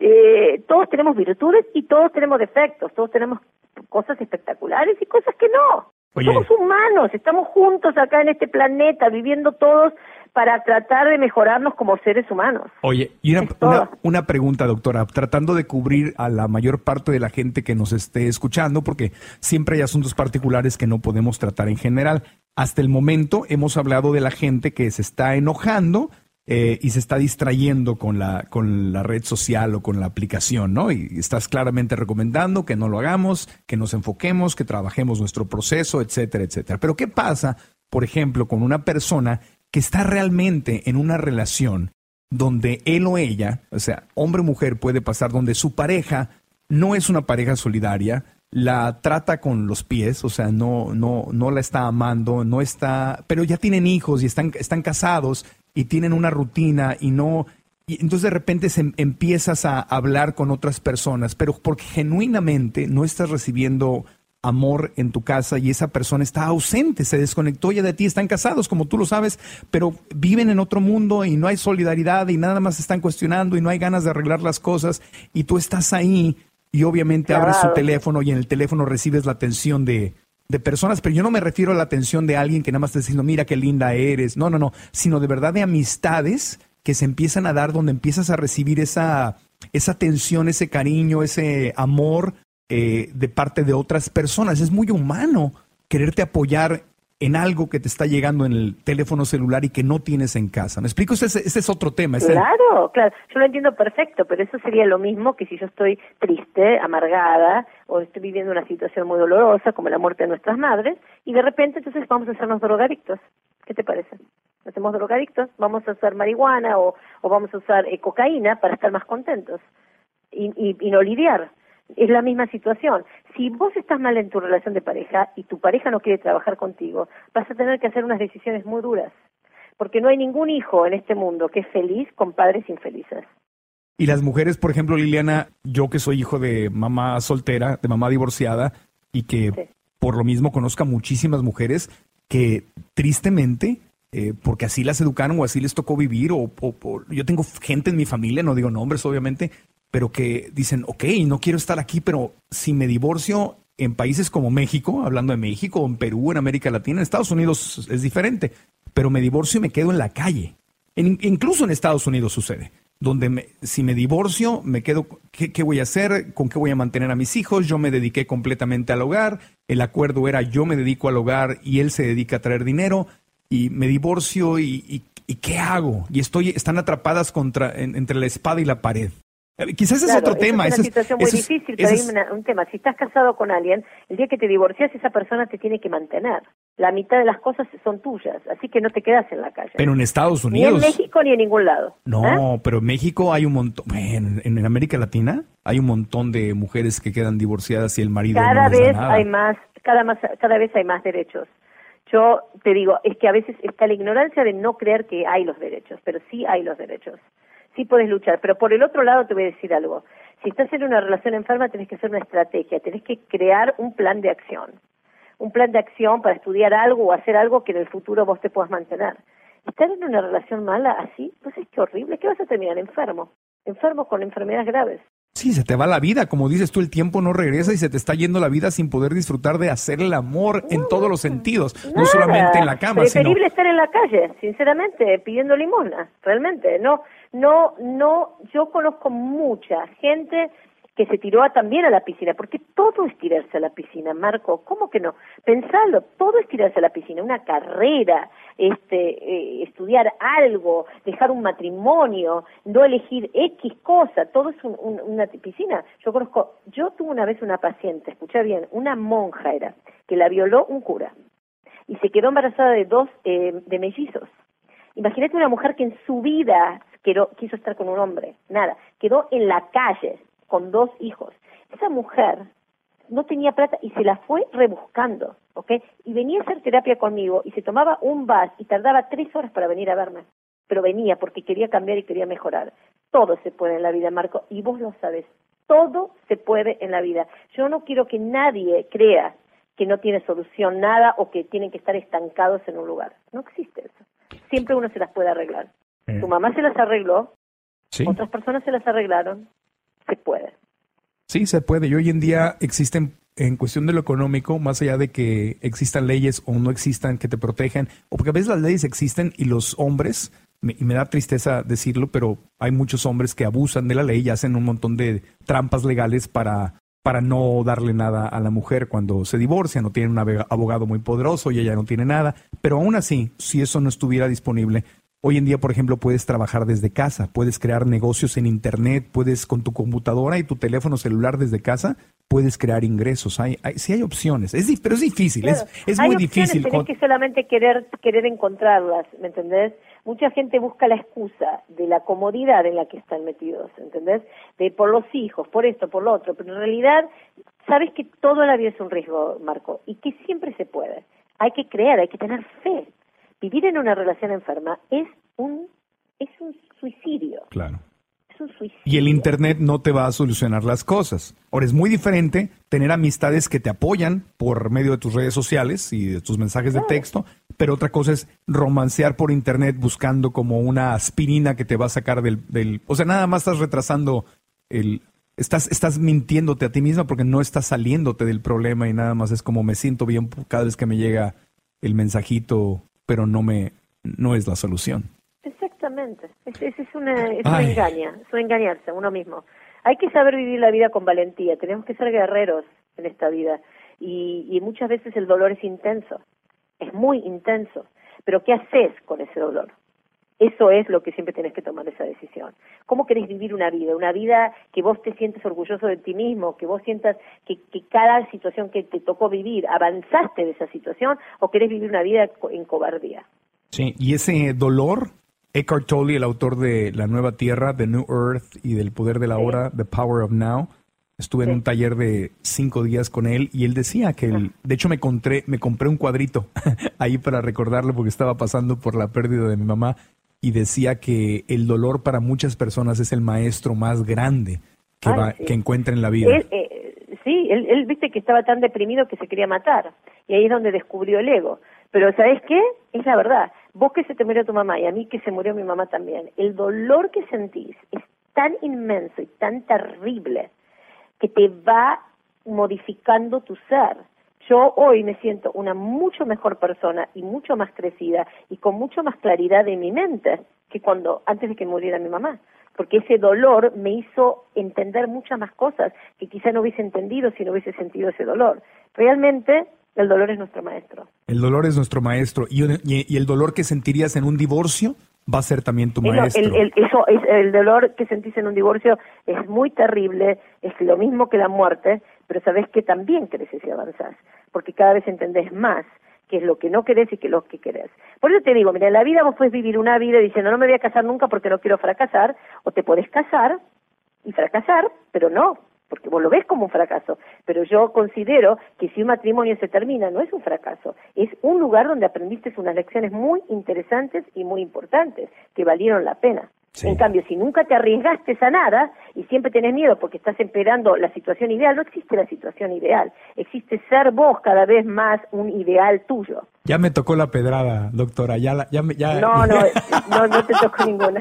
todos tenemos virtudes y todos tenemos defectos, todos tenemos cosas espectaculares y cosas que no. Oye. Somos humanos, estamos juntos acá en este planeta, viviendo todos para tratar de mejorarnos como seres humanos. Oye, y una pregunta, doctora, tratando de cubrir a la mayor parte de la gente que nos esté escuchando, porque siempre hay asuntos particulares que no podemos tratar en general. Hasta el momento hemos hablado de la gente que se está enojando y se está distrayendo con la red social o con la aplicación, ¿no? Y estás claramente recomendando que no lo hagamos, que nos enfoquemos, que trabajemos nuestro proceso, etcétera, etcétera. Pero ¿qué pasa, por ejemplo, con una persona que está realmente en una relación donde él o ella, o sea, hombre o mujer puede pasar, donde su pareja no es una pareja solidaria, la trata con los pies, o sea, no la está amando, no está, pero ya tienen hijos y están casados y tienen una rutina y entonces de repente empiezas a hablar con otras personas, pero porque genuinamente no estás recibiendo amor en tu casa y esa persona está ausente, se desconectó ya de ti, están casados como tú lo sabes, pero viven en otro mundo y no hay solidaridad y nada más están cuestionando y no hay ganas de arreglar las cosas y tú estás ahí y obviamente abres su teléfono y en el teléfono recibes la atención de personas, pero yo no me refiero a la atención de alguien que nada más está diciendo, mira qué linda eres, no, sino de verdad de amistades que se empiezan a dar donde empiezas a recibir esa atención, ese cariño, ese amor de parte de otras personas. Es muy humano quererte apoyar en algo que te está llegando en el teléfono celular y que no tienes en casa. ¿Me explico? Ese es otro tema. Claro, yo lo entiendo perfecto, pero eso sería lo mismo que si yo estoy triste, amargada, o estoy viviendo una situación muy dolorosa, como la muerte de nuestras madres, y de repente entonces vamos a hacernos drogadictos. ¿Qué te parece? Nos hacemos drogadictos, vamos a usar marihuana o vamos a usar cocaína para estar más contentos y no lidiar. Es la misma situación. Si vos estás mal en tu relación de pareja y tu pareja no quiere trabajar contigo, vas a tener que hacer unas decisiones muy duras, porque no hay ningún hijo en este mundo que es feliz con padres infelices. Y las mujeres, por ejemplo, Liliana, yo que soy hijo de mamá soltera, de mamá divorciada, y que por lo mismo conozco a muchísimas mujeres que tristemente, porque así las educaron o así les tocó vivir, yo tengo gente en mi familia, no digo nombres obviamente, pero que dicen, ok, no quiero estar aquí, pero si me divorcio en países como México, hablando de México, en Perú, en América Latina, en Estados Unidos es diferente, pero me divorcio y me quedo en la calle. Incluso en Estados Unidos sucede, donde si me divorcio, me quedo, ¿qué voy a hacer? ¿Con qué voy a mantener a mis hijos? Yo me dediqué completamente al hogar, el acuerdo era yo me dedico al hogar y él se dedica a traer dinero, y me divorcio y ¿qué hago? Y están atrapadas entre la espada y la pared. Quizás es otro tema. Es una situación muy difícil, pero hay un tema. Si estás casado con alguien, el día que te divorcias, esa persona te tiene que mantener. La mitad de las cosas son tuyas, así que no te quedas en la calle. Pero en Estados Unidos... Ni en México ni en ningún lado. No, pero en México hay un montón... En América Latina hay un montón de mujeres que quedan divorciadas y el marido cada no les vez da nada. Hay más, cada vez hay más derechos. Yo te digo, es que a veces está la ignorancia de no creer que hay los derechos, pero sí hay los derechos. Sí puedes luchar, pero por el otro lado te voy a decir algo. Si estás en una relación enferma, tenés que hacer una estrategia, tenés que crear un plan de acción. Un plan de acción para estudiar algo o hacer algo que en el futuro vos te puedas mantener. Estar en una relación mala así, pues es que horrible. ¿Qué vas a terminar? Enfermo con enfermedades graves. Sí, se te va la vida, como dices tú, el tiempo no regresa y se te está yendo la vida sin poder disfrutar de hacer el amor en todos los sentidos, no solamente en la cama. Preferible estar en la calle, sinceramente, pidiendo limosna, realmente. No, yo conozco mucha gente que se tiró también a la piscina, porque todo es tirarse a la piscina, Marco, ¿cómo que no? Pensalo, todo es tirarse a la piscina, una carrera, estudiar algo, dejar un matrimonio, no elegir X cosa, todo es una piscina. Yo tuve una vez una paciente, escucha bien, una monja era, que la violó un cura, y se quedó embarazada de 2 de mellizos. Imagínate una mujer que en su vida quiso estar con un hombre, nada, quedó en la calle con 2 hijos. Esa mujer no tenía plata y se la fue rebuscando, ¿ok? Y venía a hacer terapia conmigo y se tomaba un bus y tardaba 3 horas para venir a verme. Pero venía porque quería cambiar y quería mejorar. Todo se puede en la vida, Marco, y vos lo sabes. Todo se puede en la vida. Yo no quiero que nadie crea que no tiene solución nada o que tienen que estar estancados en un lugar. No existe eso. Siempre uno se las puede arreglar. Tu mamá se las arregló, Sí. Otras personas se las arreglaron. Se puede. Sí, se puede. Y hoy en día existen, en cuestión de lo económico, más allá de que existan leyes o no existan que te protejan, o porque a veces las leyes existen y los hombres, y me da tristeza decirlo, pero hay muchos hombres que abusan de la ley y hacen un montón de trampas legales para no darle nada a la mujer cuando se divorcian, o tienen un abogado muy poderoso y ella no tiene nada. Pero aún así, si eso no estuviera disponible, hoy en día, por ejemplo, puedes trabajar desde casa, puedes crear negocios en internet, puedes con tu computadora y tu teléfono celular desde casa, puedes crear ingresos. Sí hay opciones, pero es difícil, Claro. es Hay muy opciones, difícil. Tenés que solamente querer encontrarlas, ¿me entendés? Mucha gente busca la excusa de la comodidad en la que están metidos, ¿entendés? Por los hijos, por esto, por lo otro, pero en realidad sabes que toda la vida es un riesgo, Marco, y que siempre se puede. Hay que creer, hay que tener fe. Vivir en una relación enferma es un suicidio. Claro. Es un suicidio. Y el internet no te va a solucionar las cosas. Ahora, es muy diferente tener amistades que te apoyan por medio de tus redes sociales y de tus mensajes de texto, pero otra cosa es romancear por internet buscando como una aspirina que te va a sacar del... O sea, nada más estás retrasando Estás mintiéndote a ti misma porque no estás saliéndote del problema y nada más es como me siento bien cada vez que me llega el mensajito, pero no es la solución. Exactamente. Es una engañarse a uno mismo. Hay que saber vivir la vida con valentía. Tenemos que ser guerreros en esta vida. Y muchas veces el dolor es intenso. Es muy intenso. Pero ¿qué haces con ese dolor? Eso es lo que siempre tenés que tomar esa decisión. ¿Cómo querés vivir una vida? Una vida que vos te sientes orgulloso de ti mismo, que vos sientas que cada situación que te tocó vivir, avanzaste de esa situación, o querés vivir una vida en cobardía. Sí, y ese dolor, Eckhart Tolle, el autor de La Nueva Tierra, The New Earth y del Poder de la Hora, The Power of Now, estuve en un taller de 5 días con él y él decía que, de hecho me compré un cuadrito ahí para recordarlo porque estaba pasando por la pérdida de mi mamá. Y decía que el dolor para muchas personas es el maestro más grande que encuentra en la vida. Él viste que estaba tan deprimido que se quería matar. Y ahí es donde descubrió el ego. Pero ¿sabés qué? Es la verdad. Vos que se te murió tu mamá y a mí que se murió mi mamá también. El dolor que sentís es tan inmenso y tan terrible que te va modificando tu ser. Yo hoy me siento una mucho mejor persona y mucho más crecida y con mucho más claridad en mi mente que antes de que muriera mi mamá. Porque ese dolor me hizo entender muchas más cosas que quizá no hubiese entendido si no hubiese sentido ese dolor. Realmente, el dolor es nuestro maestro. El dolor es nuestro maestro. ¿Y el dolor que sentirías en un divorcio va a ser también tu maestro? El dolor que sentís en un divorcio es muy terrible, es lo mismo que la muerte, pero sabés que también creces y avanzás, porque cada vez entendés más qué es lo que no querés y qué es lo que querés. Por eso te digo, mira, en la vida vos puedes vivir una vida diciendo no me voy a casar nunca porque no quiero fracasar, o te podés casar y fracasar, pero no, porque vos lo ves como un fracaso. Pero yo considero que si un matrimonio se termina, no es un fracaso, es un lugar donde aprendiste unas lecciones muy interesantes y muy importantes, que valieron la pena. Sí. En cambio, si nunca te arriesgaste a nada y siempre tenés miedo porque estás esperando la situación ideal, no existe la situación ideal, existe ser vos cada vez más un ideal tuyo. Ya me tocó la pedrada, doctora. No te tocó ninguna.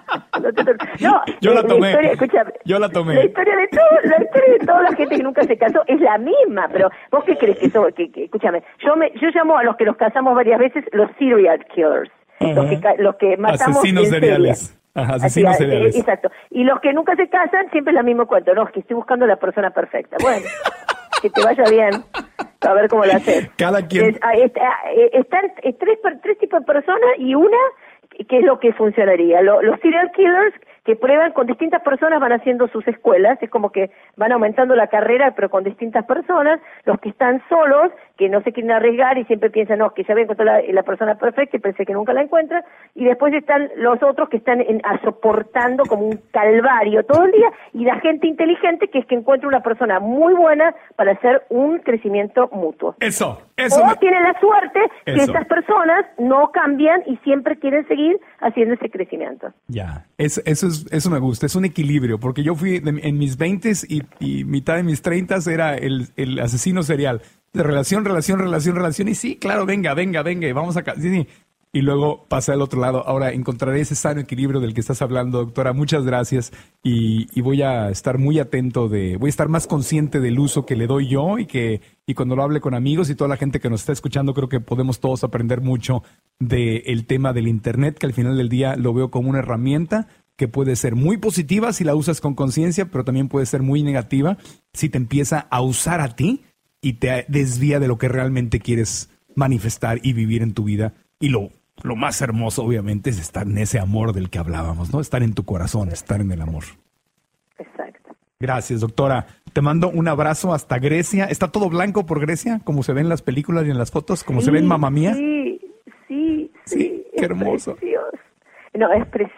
Yo la tomé. Escúchame, yo la tomé. La historia de toda la gente que nunca se casó es la misma, pero vos qué crees escúchame, yo llamo a los que los casamos varias veces los serial killers. Los que matamos asesinos seriales. Ajá, asesinos seriales. Exacto. Y los que nunca se casan, siempre es el mismo cuento. No, es que estoy buscando la persona perfecta. Bueno, que te vaya bien, a ver cómo la haces. Cada quien... Están tres tipos de personas y una que es lo que funcionaría. Los serial killers que prueban con distintas personas, van haciendo sus escuelas, es como que van aumentando la carrera, pero con distintas personas. Los que están solos, que no se quieren arriesgar y siempre piensan, no, que ya voy a encontrar la persona perfecta y pensé que nunca la encuentran. Y después están los otros que están soportando como un calvario todo el día, y la gente inteligente que es que encuentra una persona muy buena para hacer un crecimiento mutuo. Eso tienen la suerte que Eso. esas personas no cambian y siempre quieren seguir haciendo ese crecimiento. Ya, eso me gusta, es un equilibrio, porque yo fui en mis 20s y mitad de mis 30s era el asesino serial, de relación, y sí, claro, venga, y vamos acá, sí, y luego pasé al otro lado. Ahora encontraré ese sano equilibrio del que estás hablando, doctora, muchas gracias, y voy a estar muy atento voy a estar más consciente del uso que le doy yo, y cuando lo hable con amigos y toda la gente que nos está escuchando, creo que podemos todos aprender mucho del tema del Internet, que al final del día lo veo como una herramienta que puede ser muy positiva si la usas con conciencia, pero también puede ser muy negativa si te empieza a usar a ti y te desvía de lo que realmente quieres manifestar y vivir en tu vida. Y lo más hermoso, obviamente, es estar en ese amor del que hablábamos, ¿no? Estar en tu corazón, estar en el amor. Exacto. Gracias, doctora. Te mando un abrazo hasta Grecia. ¿Está todo blanco por Grecia, como se ve en las películas y en las fotos, como se ve en Mamma Mía? Sí, qué hermoso. Precioso. No, es precioso.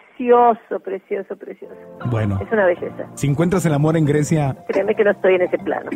Bueno. Es una belleza. Si encuentras el amor en Grecia... Créeme que no estoy en ese plano.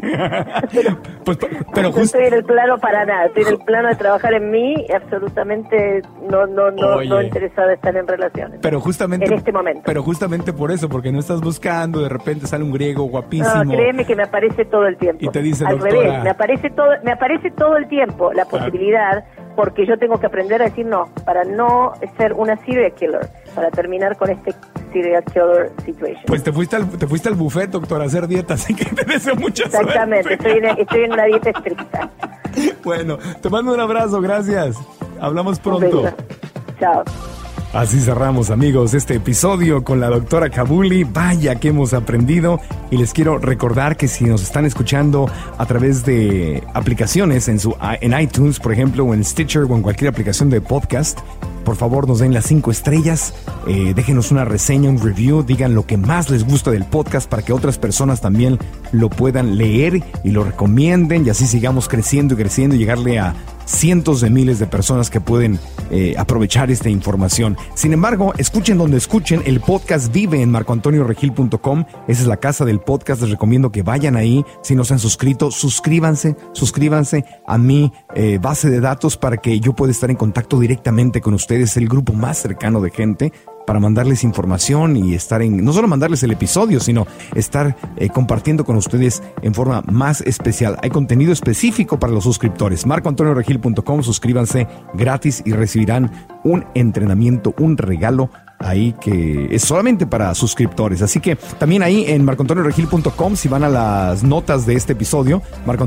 pero no estoy en el plano para nada. Estoy en el plano de trabajar en mí y absolutamente no interesada en estar en relaciones. Pero justamente... En este momento. Pero justamente por eso, porque no estás buscando, de repente sale un griego guapísimo. No, créeme que me aparece todo el tiempo. Y te dice, al doctora... revés, me aparece todo el tiempo la posibilidad, porque yo tengo que aprender a decir no, para no ser una serial killer, para terminar con este serial killer situation. Pues te fuiste al buffet, doctor, a hacer dieta, así que te deseo mucha Exactamente, suerte. estoy en una dieta estricta. Bueno, te mando un abrazo, gracias. Hablamos pronto. Chao. Así cerramos, amigos, este episodio con la doctora Kabuli. Vaya que hemos aprendido, y les quiero recordar que si nos están escuchando a través de aplicaciones en iTunes, por ejemplo, o en Stitcher, o en cualquier aplicación de podcast, por favor nos den las 5 estrellas, déjenos una reseña, un review, digan lo que más les gusta del podcast para que otras personas también lo puedan leer y lo recomienden, y así sigamos creciendo y llegarle a cientos de miles de personas que pueden aprovechar esta información. Sin embargo, escuchen donde escuchen, el podcast vive en marcoantonioregil.com. Esa es la casa del podcast. Les recomiendo que vayan ahí. Si no se han suscrito, suscríbanse a mi base de datos para que yo pueda estar en contacto directamente con ustedes, el grupo más cercano de gente, para mandarles información y no solo mandarles el episodio, sino estar compartiendo con ustedes en forma más especial. Hay contenido específico para los suscriptores. marcoantonioregil.com, suscríbanse gratis y recibirán un entrenamiento, un regalo ahí que es solamente para suscriptores. Así que también ahí en marcoantonioregil.com, si van a las notas de este episodio,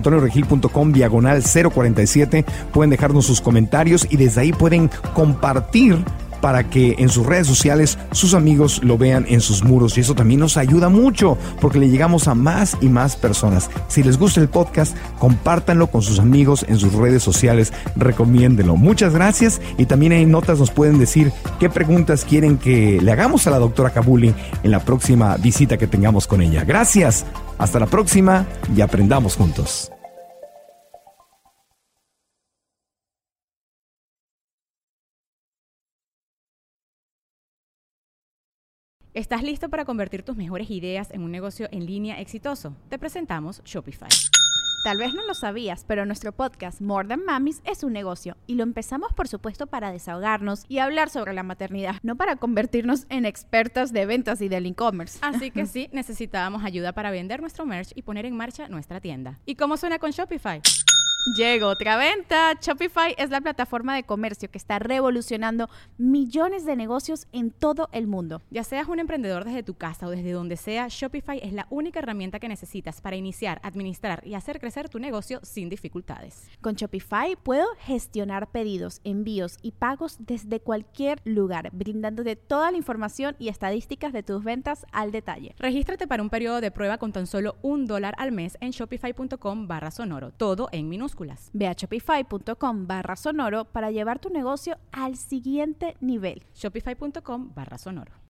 marcoantonioregil.com/047, pueden dejarnos sus comentarios y desde ahí pueden compartir para que en sus redes sociales sus amigos lo vean en sus muros, y eso también nos ayuda mucho porque le llegamos a más y más personas. Si les gusta el podcast, compártanlo con sus amigos en sus redes sociales, recomiéndenlo. Muchas gracias, y también en notas nos pueden decir qué preguntas quieren que le hagamos a la doctora Kabuli en la próxima visita que tengamos con ella. Gracias, hasta la próxima y aprendamos juntos. ¿Estás listo para convertir tus mejores ideas en un negocio en línea exitoso? Te presentamos Shopify. Tal vez no lo sabías, pero nuestro podcast More Than Mamis es un negocio, y lo empezamos por supuesto para desahogarnos y hablar sobre la maternidad, no para convertirnos en expertas de ventas y del e-commerce. Así que sí, necesitábamos ayuda para vender nuestro merch y poner en marcha nuestra tienda. ¿Y cómo suena con Shopify? Llegó otra venta. Shopify es la plataforma de comercio que está revolucionando millones de negocios en todo el mundo. Ya seas un emprendedor desde tu casa o desde donde sea, Shopify es la única herramienta que necesitas para iniciar, administrar y hacer crecer tu negocio sin dificultades. Con Shopify puedo gestionar pedidos, envíos y pagos desde cualquier lugar, brindándote toda la información y estadísticas de tus ventas al detalle. Regístrate para un periodo de prueba con tan solo $1 al mes en shopify.com/sonoro, todo en minúsculas. Ve a shopify.com/sonoro para llevar tu negocio al siguiente nivel. Shopify.com/sonoro.